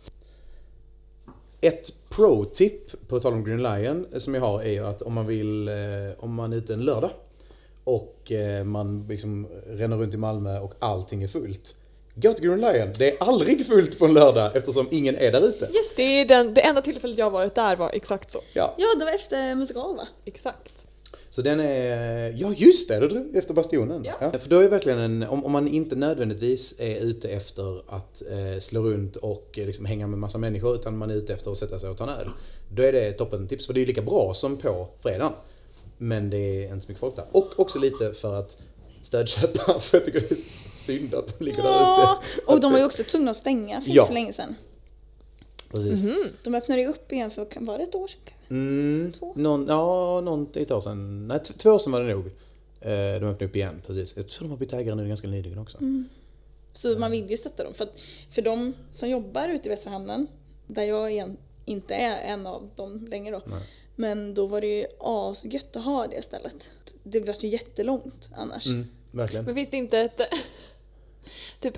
Ett pro-tip på tal om Green Lion som jag har är ju att om man är ute en lördag och man liksom ränner runt i Malmö och allting är fullt. Gå till Green Lion. Det är aldrig fullt på en lördag eftersom ingen är där ute. Just det enda tillfället jag varit där var exakt så. Ja, det var efter musikal va? Exakt. Så den är, ja just det, då efter Bastionen. Ja. För då är det verkligen om man inte nödvändigtvis är ute efter att slå runt och liksom hänga med massa människor utan man är ute efter att sätta sig och ta en öl. Då är det toppen tips, för det är lika bra som på fredagen. Men det är inte så mycket folk där. Och också lite för att stödköpa, för jag tycker det är synd att de ligger där ute. Och de var ju också tvungna att stänga för Ja. inte så länge sedan. Precis. De öppnade ju upp igen för, var det ett år sedan? 2? Ett år sedan. Nej, 2 år sedan var det nog. De öppnade upp igen, precis. Jag tror de har bytt ägare nu ganska nyligen också. Så man vill ju stötta dem. För de som jobbar ute i Västra hamnen, där jag inte är en av dem längre då. Nej. Men då var det ju asgött att ha det stället. Det blev ju jättelångt annars. Verkligen. Men finns det inte ett typ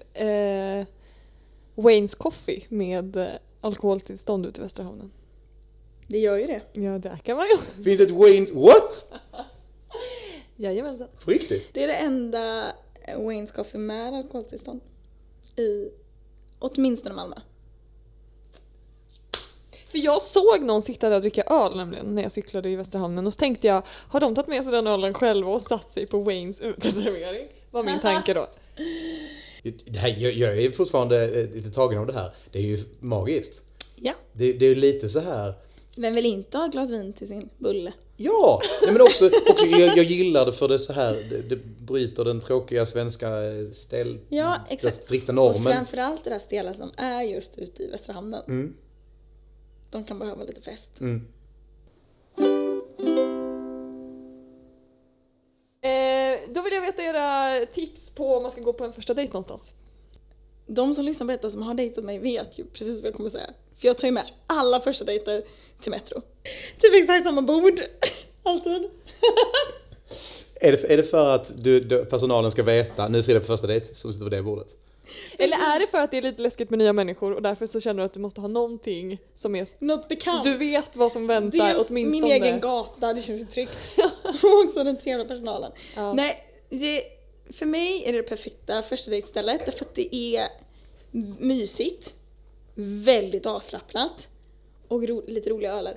Wayne's Coffee med alkoholtillstånd ute i Västra hamnen? Det gör ju det. Ja, där kan man ju. Finns det ett Wayne... What? Jajamensan. På riktigt? Det är det enda Wayne's Coffee med alkoholtillstånd i åtminstone Malmö. För jag såg någon sitta där och dricka öl nämligen när jag cyklade i Västra Hamnen. Och så tänkte jag, har de tagit med sig den ölen själva och satt sig på Waynes uteservering? Var min tanke då. Det här, jag är fortfarande lite tagen av det här. Det är ju magiskt. Ja. Det är ju lite så här. Vem vill inte ha ett glas vin till sin bulle? Ja, nej, men också jag gillar det för det så här. Det bryter den tråkiga svenska Ja, exakt. strikta Och normen. framförallt det där stela som är just ute i Västra Hamnen. Mm. De kan behöva lite fest. Mm. Då vill jag veta era tips på om man ska gå på en första dejt någonstans. De som lyssnar på detta som har dejtat mig vet ju precis vad jag kommer säga. För jag tar ju med alla första dejter till Metro. Typ exakt samma bord. Alltid. Är det för att personalen ska veta, nu är Frida på första dejt, som sitter på det bordet? Eller är det för att det är lite läskigt med nya människor och därför så känner du att du måste ha någonting som är... Något bekant. Du vet vad som väntar Dels åtminstone. min egen gata, det känns ju tryggt. Och också den trevliga personalen. Ja. Nej, för mig är det perfekta första dejtstället därför att det är mysigt, väldigt avslappnat och lite roliga öler.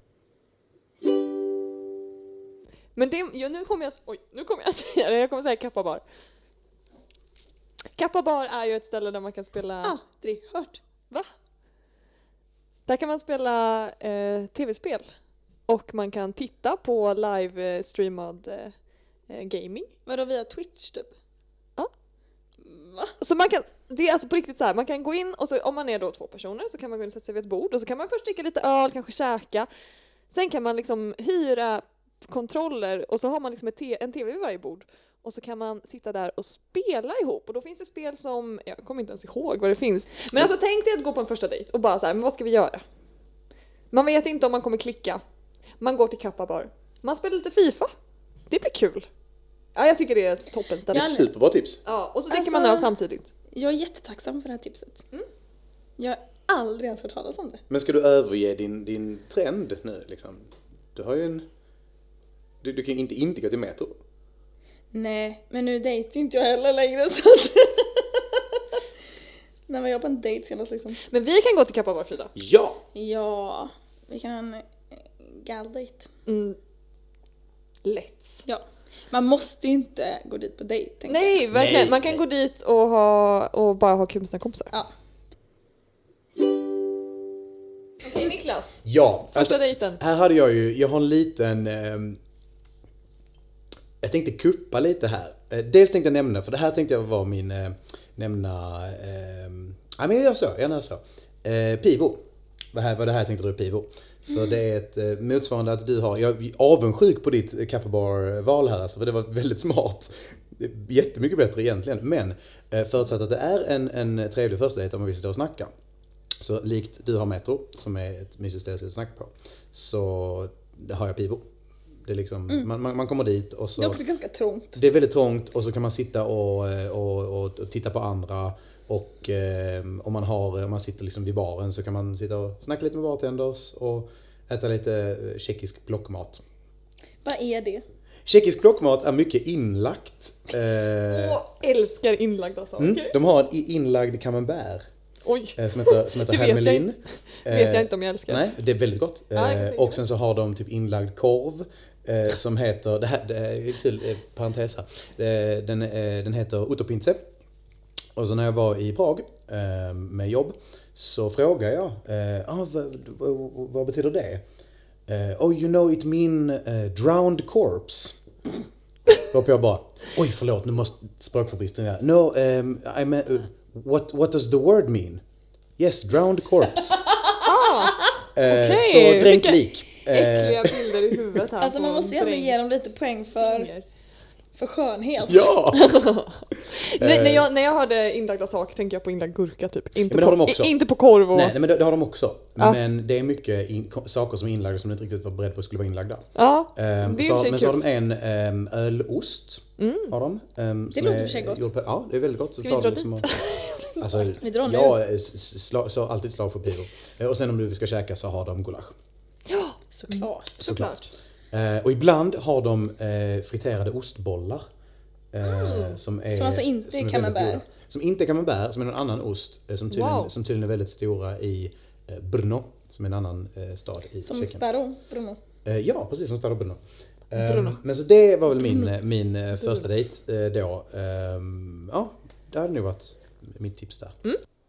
Men det, ja, nu kommer jag säga det. Jag kommer säga Kappa Bar. Kappa Bar är ju ett ställe där man kan spela... Aldrig hört. Va? Där kan man spela tv-spel. Och man kan titta på live-streamad gaming. Vadå, via Twitch typ? Ja. Va? Så man kan, det är alltså på riktigt så här, man kan gå in och så, om man är då 2 personer så kan man gå in och sätta sig vid ett bord och så kan man först dricka lite öl, kanske käka. Sen kan man liksom hyra kontroller och så har man liksom en tv vid varje bord. Och så kan man sitta där och spela ihop. Och då finns det spel som, jag kommer inte ens ihåg vad det finns. Men alltså tänk dig att gå på en första dejt och bara så här, men vad ska vi göra? Man vet inte om man kommer klicka. Man går till Kappa Bar. Man spelar lite FIFA. Det blir kul. Ja, jag tycker det är ett toppenställe. Det är superbra tips. Ja, och så dricker man öl samtidigt. Jag är jättetacksam för det här tipset. Jag har aldrig ens hört talas om det. Men ska du överge din trend nu liksom? Du har ju en... Du kan ju inte gå till Metro. Nej, men nu dejtar inte jag heller längre så att... När var jag på en dejt senast liksom? Men vi kan gå till Kappa Bar, Frida. Ja! Ja, vi kan ha en galdejt. Lätt. Ja, man måste ju inte gå dit på dejt, tänker jag. Nej, verkligen. Nej, man kan gå dit och bara ha kul med sina kompisar. Ja. Okej, Niklas. Ja, Första dejten. Här hade jag har en liten... jag tänkte kuppa lite här. Dels tänkte jag nämna, för det här tänkte jag var min... nämna... ja, men jag gör så. Pivo. Det här jag tänkte dra upp Pivo. För det är ett motsvarande att du har... Jag är avundsjuk på ditt Kappa Bar-val här, alltså, för det var väldigt smart. Jättemycket bättre egentligen. Men förutsatt att det är en trevlig första dejt om man vill sitta och snacka. Så likt du har Metro, som är ett mysigt ställe att snacka på, så har jag Pivo. Det är liksom, man kommer dit och så... Det är också ganska trångt. Det är väldigt trångt och så kan man sitta och titta på andra. Och om man sitter liksom vid baren så kan man sitta och snacka lite med bartenders och äta lite tjeckisk blockmat. Vad är det? Tjeckisk blockmat är mycket inlagt. Älskar inlagda saker. De har en inlagd camembert. Oj. Som heter Hermelin. Vet jag inte om jag älskar. Nej, det är väldigt gott. Och sen så har de typ inlagd korv som heter, det är kul parentes här. Den heter Utopince. Och så när jag var i Prag med jobb så frågade jag, vad betyder det? Oh, you know it mean drowned corpse. Och jag bara, oj förlåt, nu måste språkförbistring här. No, I meant, what does the word mean? Yes, drowned corpse. Okay. Så dränk lik. Äckliga bilder i huvudet här. Alltså man måste ju ändå ge dem lite poäng för skönhet. Ja! när jag hörde inlagda saker tänker jag på inlagd gurka typ. Inte på korv och... Nej, men det har de också. Ja. Men det är mycket saker som är inlagda som du inte riktigt var beredd på skulle vara inlagda. Ja, det är men så har de en ölost. Har de, det låter för sig gott. Ja, det är väldigt gott. Ska vi dra dit? Alltså, jag så alltid slag för Pivo. Och sen om du ska käka så har de gulasch. Ja, såklart. Och ibland har de friterade ostbollar. Som alltså inte är camembert. Som inte är camembert, som är någon annan ost. Som tydligen är väldigt stora i Brno. som är en annan stad i Som Tjeckien. Staro, Brno. Ja, precis, som Staro Brno. Brno. Men så det var väl min första dejt då. Ja, det hade nog varit mitt tips där.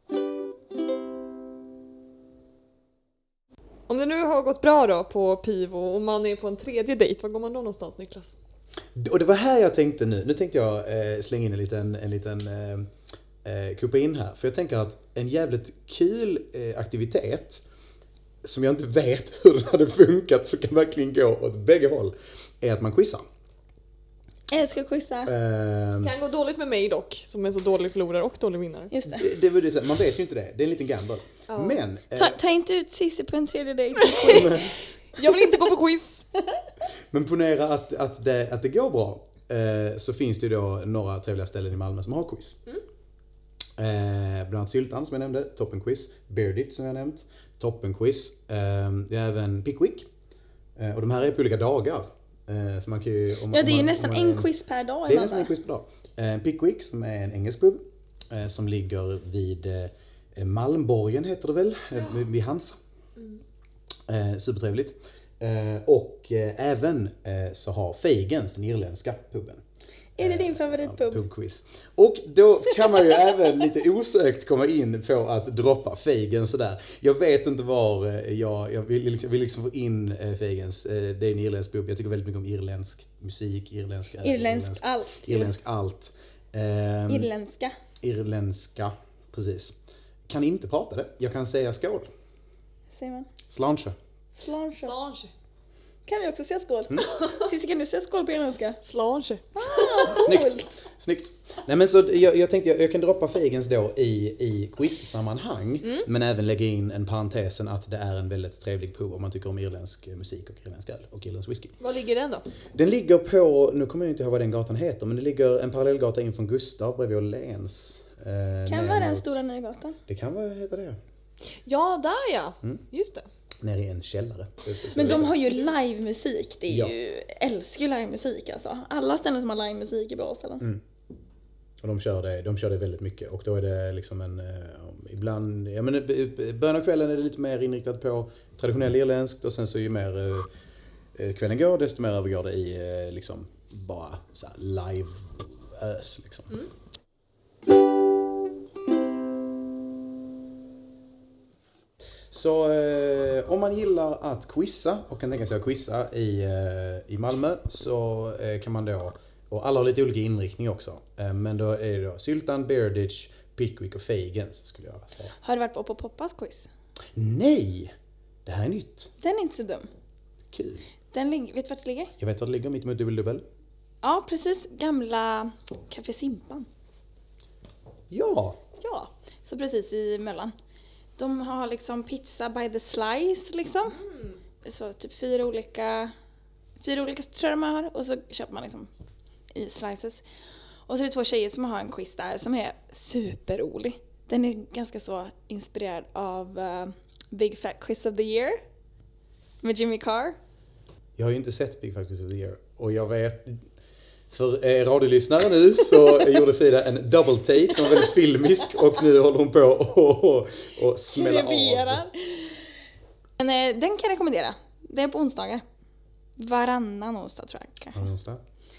Om det nu har gått bra då på Pivo och man är på en tredje dejt, var går man då någonstans, Niklas? Och det var här jag tänkte nu. Nu tänkte jag slänga in en liten kupa in här. För jag tänker att en jävligt kul aktivitet som jag inte vet hur det hade funkat, för kan verkligen gå åt bägge håll, är att man quizar. Jag älskar att quizza. Kan gå dåligt med mig dock, som är så dålig förlorare och dålig vinnare. Just det. Det vill säga, man vet ju inte det. Det är en liten gamble. Ja. Men... Ta inte ut Cissi på en tredje dejt. Jag vill inte gå på quiz! Men ponera att det går bra. Så finns det ju då några trevliga ställen i Malmö som har quiz. Bland annat Syltan som jag nämnde, toppenquiz. Beardit som jag nämnt, toppenquiz. Det är även Pickwick. Och de här är på olika dagar. Så man kan ju, Ja, det är ju nästan en quiz per dag. Det är nästan en quiz per dag. Pickwick som är en engelsk pub. Som ligger vid Malmborgen heter det väl. Vid Hansa. Supertrevligt. Och även så har Feigens, den irländska puben. Är det din favoritpub? Pubquiz. Och då kan man ju även lite osökt komma in på att droppa Feigens sådär. Jag vet inte var jag vill liksom få in Feigens. Det är en irländsk pub. Jag tycker väldigt mycket om irländsk musik, irländsk allt. Irländsk allt. Irländska, precis. Kan inte prata det. Jag kan säga skål. Säger man? Slanche. Slange. Kan vi också säga skål? Cissi, kan du säga skål på irländska? Slange. Snyggt. Nej, men så jag tänkte jag kan droppa Feigens då i quiz-sammanhang. Men även lägga in en parentesen att det är en väldigt trevlig pub om man tycker om irländsk musik och irländsk öl och irländsk whisky. Var ligger den då? Den ligger på, nu kommer jag inte ihåg vad den gatan heter, men det ligger en parallellgata in från Gustav bredvid Åhléns. Kan vara den stora Nygatan. Det kan vara, heter det. Ja, där ja. Just det. Nere i en källare. Men de har ju livemusik. Det är ju, älskar ju livemusik alltså. Alla ställen som har livemusik är bra ställen. Och de kör det väldigt mycket. Och då är det liksom en, ibland, ja men början av kvällen är det lite mer inriktat på traditionell irländskt. Och sen så ju mer kvällen går, desto mer övergår det i liksom bara så här live-ös liksom. Så om man gillar att quizza och kan tänka sig att quizza i Malmö, så kan man då, och alla har lite olika inriktning också, men då är det då Syltan, Bearditch, Pickwick och Feigens skulle jag säga. Har du varit på Poppas quiz? Nej! Det här är nytt. Den är inte så dum. Kul. Vet du vart det ligger? Jag vet var det ligger, mitt mot dubbel. Ja, precis. Gamla Café Simpan. Ja! Ja, så precis vid Möllan. De har liksom pizza by the slice liksom. Så typ fyra olika tror jag man har. Och så köper man liksom i slices. Och så är det två tjejer som har en quiz där som är superrolig. Den är ganska så inspirerad av Big Fat Quiz of the Year med Jimmy Carr. Jag har ju inte sett Big Fat Quiz of the Year. Och jag vet, för radiolyssnare nu så gjorde Frida en double take som var väldigt filmisk. Och nu håller hon på och smälla av. Men den kan jag rekommendera. Det är på onsdagar. Varannan onsdag tror jag kanske. Onsdag.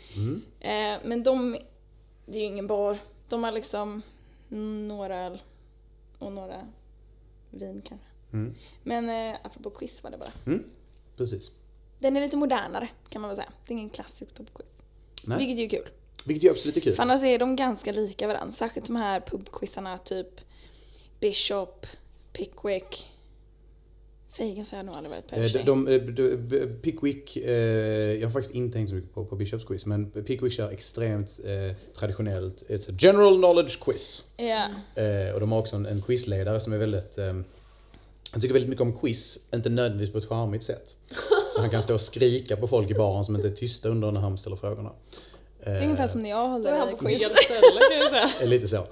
Men det är ju ingen bar. De har liksom några öl och några vin kanske. Men apropå quiz var det bara. Precis. Den är lite modernare kan man väl säga. Det är ingen klassisk pubquiz. Nej. Vilket är ju kul. Vilket är absolut kul. För annars är de ganska lika varandra. Särskilt de här pubquizarna typ Bishop, Pickwick. Feigens har jag nog aldrig varit på. Pickwick, jag har faktiskt inte tänkt så mycket på Bishops quiz, men Pickwick kör extremt traditionellt. It's a general knowledge quiz. Och de har också en quizledare som är väldigt, han tycker väldigt mycket om quiz, inte nödvändigtvis på ett charmigt sätt. Så han kan stå och skrika på folk i baren som inte är tysta under när han ställer frågorna. Det är ungefär som när jag håller i quiz. Lite så.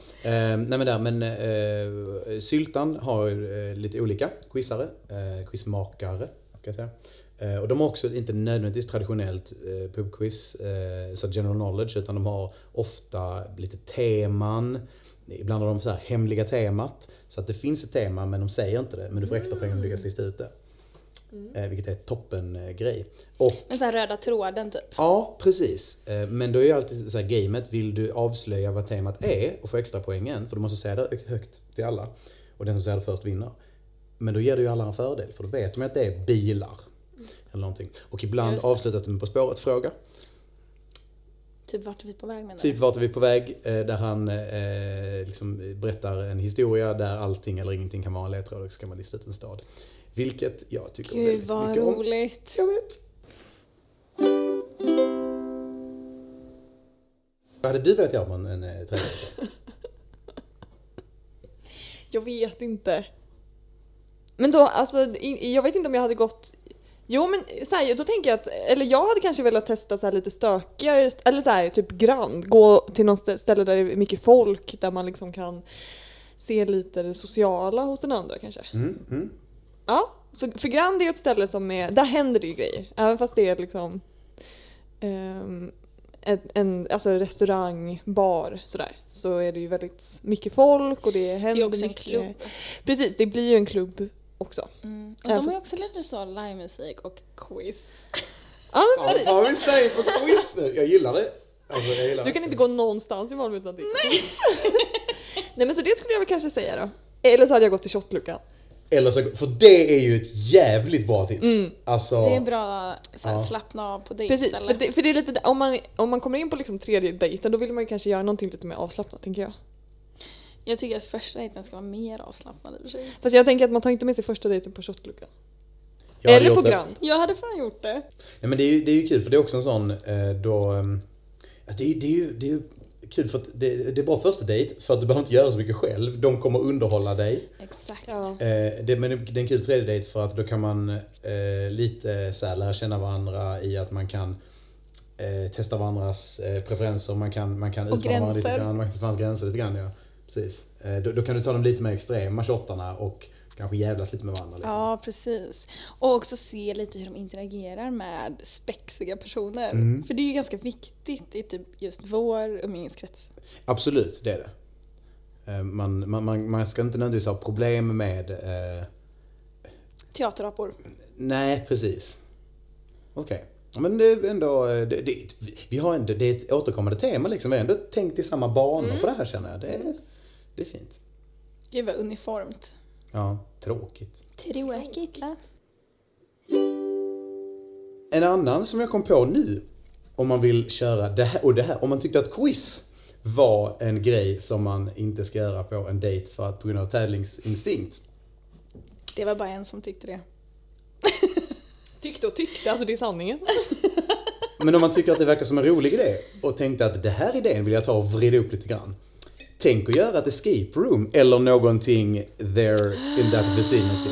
Syltan har lite olika quizare, quizmakare kan jag säga. Och de har också inte nödvändigtvis traditionellt pubquiz, så general knowledge, utan de har ofta lite teman. Ibland har de så här hemliga temat. Så att det finns ett tema men de säger inte det. Men du får extra poäng om du lyckas lista ut det. Vilket är toppen grej. Och, men så här röda tråden typ. ja, precis. Men då är ju alltid så här gamet, vill du avslöja vad temat är och få extra poängen, för du måste säga det högt till alla. Och den som säger det först vinner. Men då ger du ju alla en fördel, för då vet de att det är bilar. Eller någonting. Och ibland avslutas det med På spåret-fråga. Typ vart är vi på väg med det? Typ vart är vi på väg, där han liksom berättar en historia där allting eller ingenting kan vara en ledtråd, och så kan man lista ut en stad. Vilket jag tycker Gud, väldigt vad mycket om. roligt. Jag vet. Vad hade du velat göra på en trädgård? Jag vet inte. Men då, alltså, jag vet inte om jag hade gått... Jo, men så här, då tänker jag att... Eller jag hade kanske velat testa så här lite stökigare... Eller så här, typ Grand. Gå till någon ställe där det är mycket folk. Där man liksom kan se lite det sociala hos den andra kanske. Ja, så för Grand är ju ett ställe som är... Där händer det ju grejer. Även fast det är liksom... alltså restaurang, bar, sådär. Så är det ju väldigt mycket folk och det händer mycket. Det är också en klubb. Precis, det blir ju en klubb också. Och de har ju också lite så livemusik och quiz. Ja, men precis. Har vi steg på quiz nu? Jag gillar det. Alltså, jag gillar Du kan det. inte gå någonstans i Malmö utan det. Nej, men så det skulle jag väl kanske säga då. Eller så hade jag gått till shotluckan. Eller så, för det är ju ett jävligt bra tips. Alltså, Det är bra såhär, slappna av på dejt. Precis, Eller? för det är lite, om man kommer in på liksom tredje dejten, då vill man ju kanske göra någonting lite mer avslappnat, tänker jag. Jag tycker att första dejten ska vara mer avslappnad i och för sig. Fast jag tänker att man tar inte med sig första dejten på shotluckan. jag hade Eller på gjort det. Grand. Jag hade fan gjort det. Ja, men det är ju kul, för det är också en sån då... Alltså det är ju kul för att det är bra första dejt, för att du behöver inte göra så mycket själv. De kommer underhålla dig. Exakt. Ja. Men det är en kul tredje dejt för att då kan man lite så här, lära känna varandra i att man kan testa varandras preferenser. Man kan utmana varandra lite grann. Man kan testa varandras gränser lite grann, ja. Precis. Då kan du ta de lite mer extrema shottarna och kanske jävlas lite med varandra. Liksom. Ja, precis. Och också se lite hur de interagerar med spexiga personer. För det är ju ganska viktigt i typ just vår umgängeskrets. Absolut, det är det. Man ska inte nödvändigtvis ha problem med... Teaterapor. Nej, precis. Okej. Ja, men det är ändå... Det är ett återkommande tema liksom. Vi har ändå tänkt i samma banor på det här, känner jag. Det är fint. Gud vad uniformt. Ja, tråkigt. Tråkigt, va? En annan som jag kom på nu, om man vill köra det här och det här, om man tyckte att quiz var en grej som man inte ska göra på en dejt för att på grund av tävlingsinstinkt. Det var bara en som tyckte det. Tyckte och tyckte, alltså det är sanningen. Men om man tycker att det verkar som en rolig idé och tänkte att det här idén vill jag ta och vrida upp lite grann. Tänk att göra ett escape room eller någonting there in that vicinity.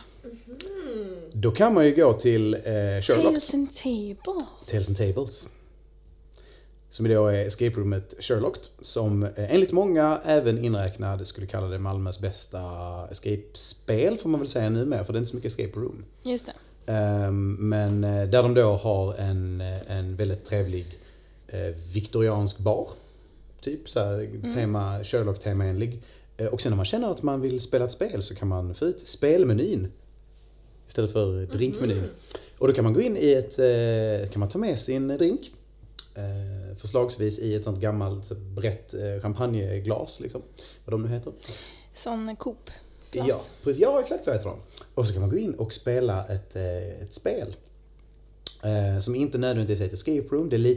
Då kan man ju gå till Sherlock. Tales and Tables. Tales and Tables. Som idag är escape roomet Sherlock. Som enligt många även inräknad skulle kalla det Malmös bästa escape-spel, får man väl säga nu med. För det är inte så mycket escape room. Just det. Men där de då har en väldigt trevlig viktoriansk bar. Typ så här, tema, Sherlock-temaenlig. Och sen när man känner att man vill spela ett spel så kan man få ut spelmenyn istället för drinkmenyn. Och då kan man gå in i kan man ta med sin drink. Förslagsvis i ett sånt gammalt brett champagneglas liksom. Vad de nu heter. Sån Coop. Ja, precis, ja, exakt så heter de. Och så kan man gå in och spela ett spel. Som inte nödvändigtvis är ett escape room. Det är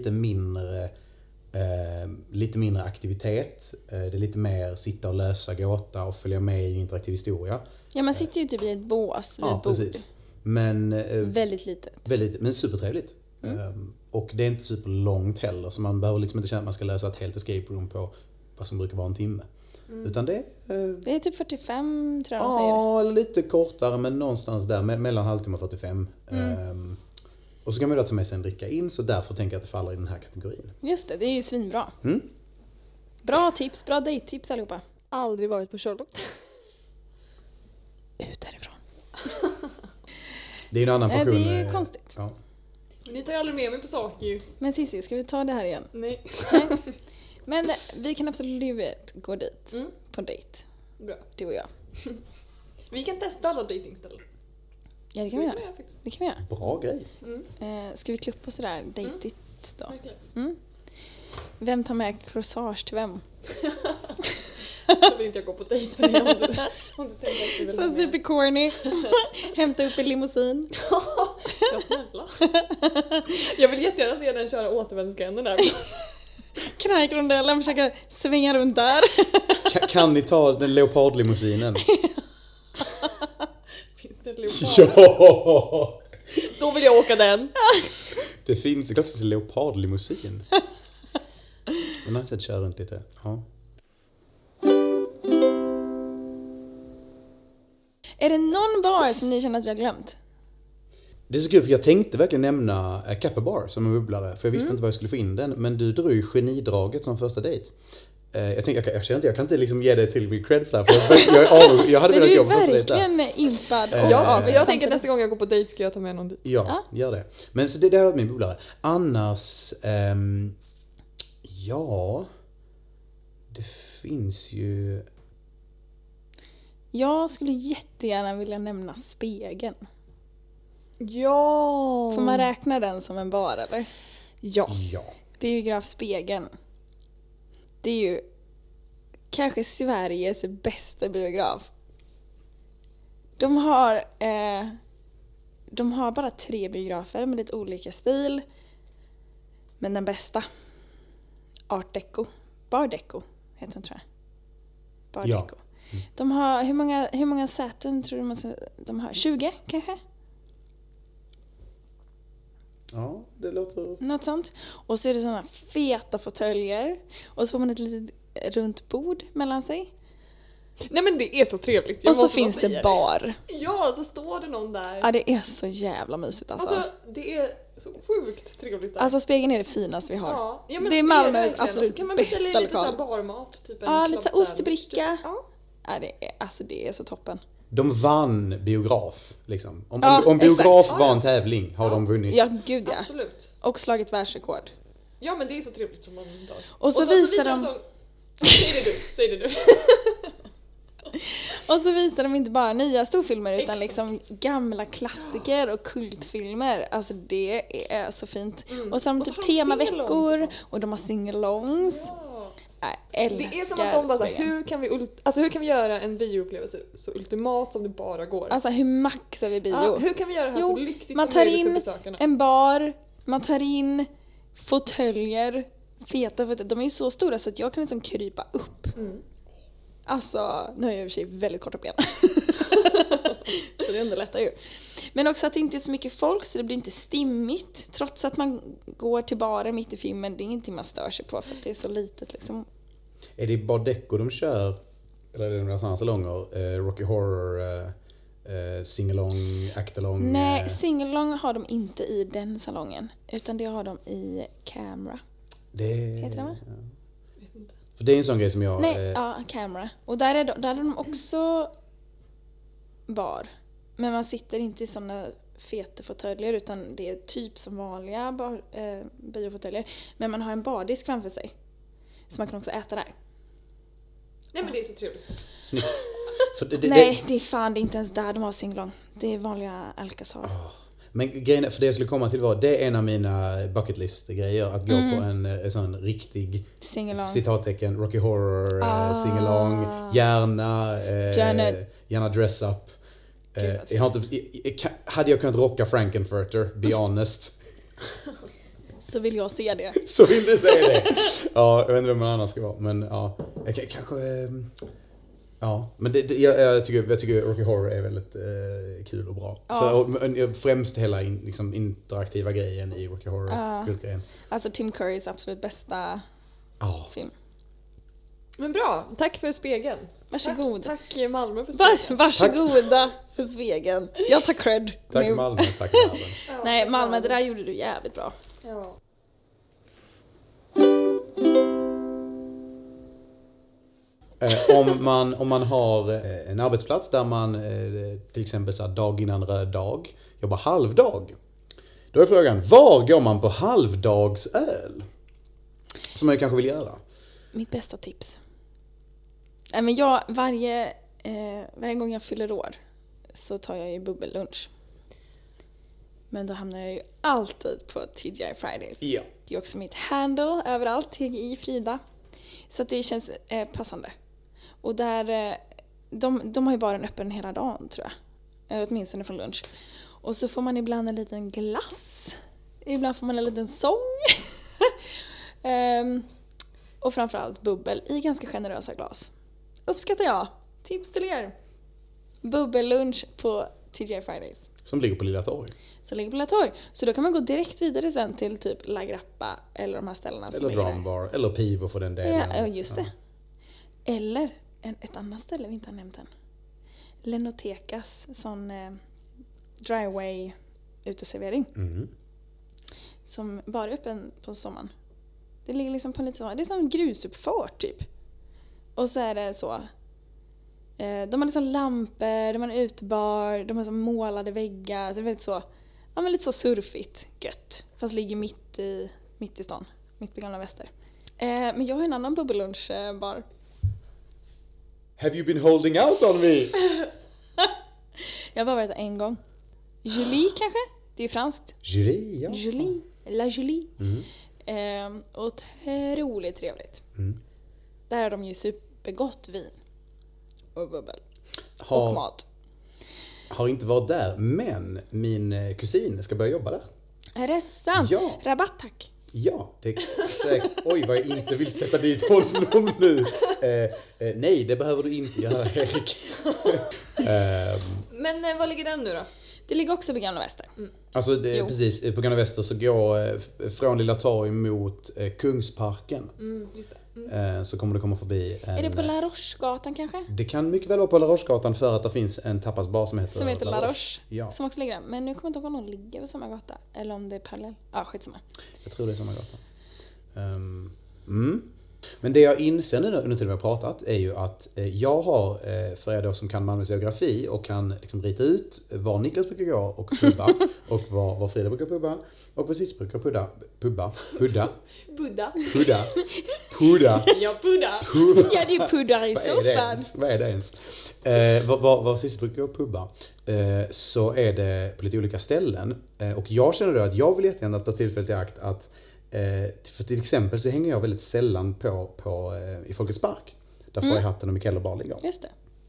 lite mindre aktivitet. Det är lite mer sitta och lösa gåta och följa med i interaktiv historia. Ja, man sitter ju typ i ett bås vid Ja, ett bord. precis. Men Väldigt litet. men supertrevligt. Och det är inte superlångt heller, så man behöver liksom inte känna att man ska lösa ett helt escape room på vad som brukar vara en timme. Utan det Det är typ 45 tror jag de säger. ja, eller lite kortare, men någonstans där mellan halvtimme och 45. Och så kan man då ta med sig en dricka in, så därför tänker jag att det faller i den här kategorin. Just det, det är ju svinbra. Bra tips, bra dejttips allihopa. Aldrig varit på Sherlock. Ut därifrån. Det är en annan portion. Det är konstigt. Ja. Ni tar ju aldrig med mig på saker ju. Men Cissi, ska vi ta det här igen? Nej. Men vi kan absolut gå dit på dejt. Bra. Du och jag. Vi kan testa alla dejtingställen. Ja, det kan vi göra. Det kan vi göra. Bra grej. Ska vi klippa oss sådär dejtigt då? Verkligen. Vem tar med corsage till vem? Så vill inte jag gå på dejt med dig om du tänker att du vill ha Så med. supercorny. Hämta upp en limousin. Ja, snälla. Jag vill jättegärna se den köra återvändsgränden där. Knarkrondellen, försöka svänga runt där. Kan ni ta den leopardlimousinen? Finns det en leopard? Ja! Då vill jag åka den. Det finns en leopardlimousin. Men jag har sett köra runt lite. Ja. Är det någon bar som ni känner att vi har glömt? Det är så kul för jag tänkte verkligen nämna Kappa Bar som en bubblare. För jag visste inte var jag skulle få in den. Men du drog ju genidraget som första dejt. Jag kan inte liksom ge det till min cred för jag hade velat gå på första dejt där. Men du är verkligen inspirerad. Jag tänker att nästa gång jag går på dejt ska jag ta med någon dit. Ja, gör det. Men så det har varit min bubblare. Annars, ja, det finns ju... Jag skulle jättegärna vilja nämna Spegeln. Ja. Får man räkna den som en bar eller? Ja. Biograf Spegeln. Det är ju kanske Sveriges bästa biograf. De har bara 3 biografer med lite olika stil. Men den bästa, Art Deco. Bar Deco heter den, tror jag. Bar Ja. Deco. De har, hur många säten tror du de har? 20 kanske? Ja, det låter... Något sånt. Och så är det sådana feta fåtöljer. Och så får man ett litet runt bord mellan sig. Nej men det är så trevligt. Och så finns det bar. Ja, så står det någon där. Ja, det är så jävla mysigt alltså. Alltså, det är så sjukt trevligt där. Alltså Spegeln är det finaste vi har. Ja, men det är Malmös verkligen. absolut så kan man bästa beställa lite så här lokal. barmat, typ en Ja, club lite så sandwich, ostebricka. typ. Ja. Ja, det är så toppen. De vann biograf, liksom. Om Ja, biograf exakt. var en tävling har de vunnit. Ja, gud ja. Absolut. Och slagit världsrekord. Ja, men det är så trevligt som man tar. Och så visar de... Säg det du. Och så visar de inte bara nya storfilmer utan Exakt. liksom gamla klassiker och kultfilmer. Alltså det är så fint. Och så har de Och så typ har de temaveckor singalongs och de har singalongs. Ja. Jag älskar Det är som att de bara Spegeln. hur kan vi göra en bioupplevelse så ultimat som det bara går? Alltså hur maxar vi bio? Ja, hur kan vi göra det här så lyxigt man som tar möjligt för in besökarna? en bar, man tar in fåtöljer, feta fåtöljer. De är ju så stora så att jag kan liksom krypa upp. Alltså, nu har jag i och för sig väldigt korta ben. Så det underlättar ju. Men också att det inte är så mycket folk så det blir inte stimmigt. Trots att man går till baren mitt i filmen, det är ingenting man stör sig på för att det är så litet liksom. Är det Bar Deco de kör? Eller är det några sådana salonger? Rocky Horror, Singalong, Actalong? Nej, singalong har de inte i den salongen. Utan det har de i Camera. Heter det va? Ja. För det är en sån grej som jag... Nej, ja, Camera. Och där hade de också bar. Men man sitter inte i såna feta fåtöljer utan det är typ som vanliga biofåtöljer. Men man har en bardisk framför sig. Så man kan också äta där. Nej men det är så trevligt. Snyggt. För Nej, det är inte ens där de har singalong. Det är vanliga Alcazar. Men grejen, för det jag skulle komma till var, det är en av mina bucket list grejer att gå på en sån riktig Singalong. citattecken Rocky Horror singalong, gärna dress up. Jag har inte, hade jag kunnat rocka Frankenfurter, be honest. Så vill jag se det. Så vill du säga det. Ja, jag vet inte vem man annars ska vara, men ja, kanske ja, men jag tycker Rocky Horror är väldigt kul och bra. Ja. Så och främst hela liksom interaktiva grejen i Rocky Horror kultgrejen. Alltså Tim Currys absolut bästa film. Men bra, tack för spegeln. Varsågod. Tack Malmö för spegeln. Varsågoda för Spegeln. Jag tar cred. Tack nu. Malmö, tack Malmö. Nej, Malmö, det där gjorde du jävligt bra. Ja. Om man har en arbetsplats där man till exempel så här, dag innan röd dag jobbar halvdag. Då är frågan, var går man på halvdagsöl? Som man kanske vill göra. Mitt bästa tips. Nej, men varje gång jag fyller år så tar jag ju bubbellunch. Men då hamnar jag ju alltid på TGI Fridays. Ja. Det är också mitt handle överallt, TGI Frida. Så att det känns passande. Och där, de har ju bara en öppen hela dagen tror jag. Eller åtminstone från lunch. Och så får man ibland en liten glass. Ibland får man en liten sång. Och framförallt bubbel i ganska generösa glas. Uppskattar jag. Tips till er. Bubbellunch på TGI Fridays. Som ligger på Lilla Torg. Som ligger på Lilla Torg. Så då kan man gå direkt vidare sen till typ La Grappa eller de här ställena. Eller Drumbar, eller Pivo för den delen. Ja, just det. Eller ett annat ställe vi inte har nämnt än. Lenotekas sån dryway uteservering. Mm. Som bara är öppen på sommaren. Det ligger liksom på lite så. Det är som en grusuppfart typ. Och så är det så. De har liksom lampor, de har en utebar, de har så målade väggar. Så det är väldigt så, ja men lite så surfigt, gött. Fast ligger mitt i stan, mitt på Gamla Väster. Men jag har en annan bubbellunchbar. Have you been holding out on me? Jag har bara varit en gång. Julie kanske? Det är franskt. Julie, ja. Julie, La Julie. Mm. Otroligt trevligt. Mm. Där har de ju supergott vin. Och bubbel. Och mat. Har inte varit där, men min kusin ska börja jobba där. Är det sant? Ja. Rabatt tack. Ja, det är säkert. Oj, vad jag inte vill sätta dit honom nu. Nej, det behöver du inte göra, Erik. Men var ligger den nu då? Det ligger också på Gamla Väster. Alltså precis, på Gamla Väster så går från Lilla Torg mot Kungsparken. Just det. Så kommer du komma förbi Är det på La Roche-gatan kanske? Det kan mycket väl vara på La Roche-gatan för att det finns en tapasbar som heter La Roche. Ja. Som också ligger där. Men nu kommer jag inte ihåg om de ligger på samma gata. Eller om det är parallell. Ja, skitsamma. Jag tror det är samma gata. Men det jag inser nu under tiden vi har pratat är ju att jag har, för er då som kan Malmös geografi och kan liksom rita ut var Niklas brukar gå och pubba och var Frida brukar pubba och var Cissi brukar pudda. Buddha. Pudda. Ja, Buddha. Ja, det är puddar i soffan. Vad är det ens? Var Cissi brukar gå och pubba så är det på lite olika ställen. Och jag känner då att jag vill jättegärna ta tillfället i akt att för till exempel så hänger jag väldigt sällan på i Folkets Park. Där Får i hatten och Mikael och Bar ligger. Just det.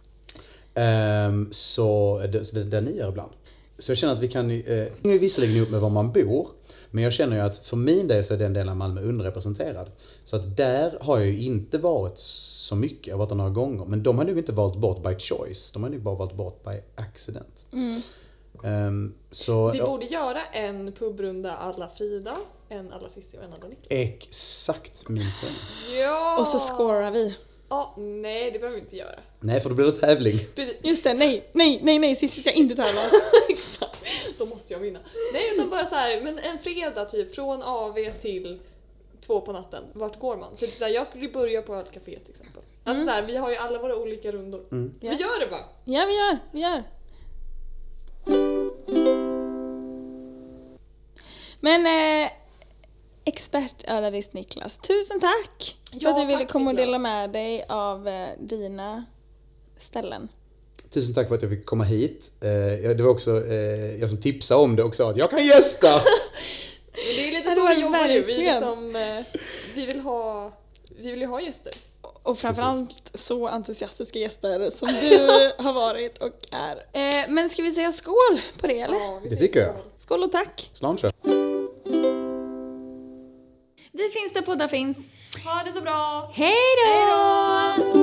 Så det där ni gör ibland. Så jag känner att vi kan visserligen ihop med var man bor. Men jag känner ju att för min del så är den delen av Malmö underrepresenterad. Så att där har jag ju inte varit så mycket. Jag har varit där några gånger. Men de har nog inte valt bort by choice. De har nog bara valt bort by accident. Så, vi borde göra en pubrunda alla Frida, en alla Cissi och en alla Niklas. Exakt min poäng. Ja! Och så scorar vi. Ja, nej det behöver vi inte göra. Nej, för då blir det tävling. Precis. Just det, nej, Cissi ska inte tävla. Exakt, då måste jag vinna. Nej, utan bara så här, men en fredag typ från AV till 2 på natten. Vart går man? Typ så här, jag skulle börja på ölcafé till exempel. Alltså så här, vi har ju alla våra olika rundor. Vi gör det bara. Ja, vi gör. Men expertöllarist Niklas, tusen tack för att du ville komma och dela med dig av dina ställen. Tusen tack för att jag fick komma hit. Det var också jag som tipsade om det och sa att jag kan gästa! Men det är lite så vi jobbar ju. Vi vill ju ha gäster. Och framförallt så entusiastiska gäster som du har varit och är. Men ska vi säga skål på det eller? Ja, det tycker jag. Skål och tack. Sláinte. Vi finns där poddar finns. Ha det så bra. Hej då!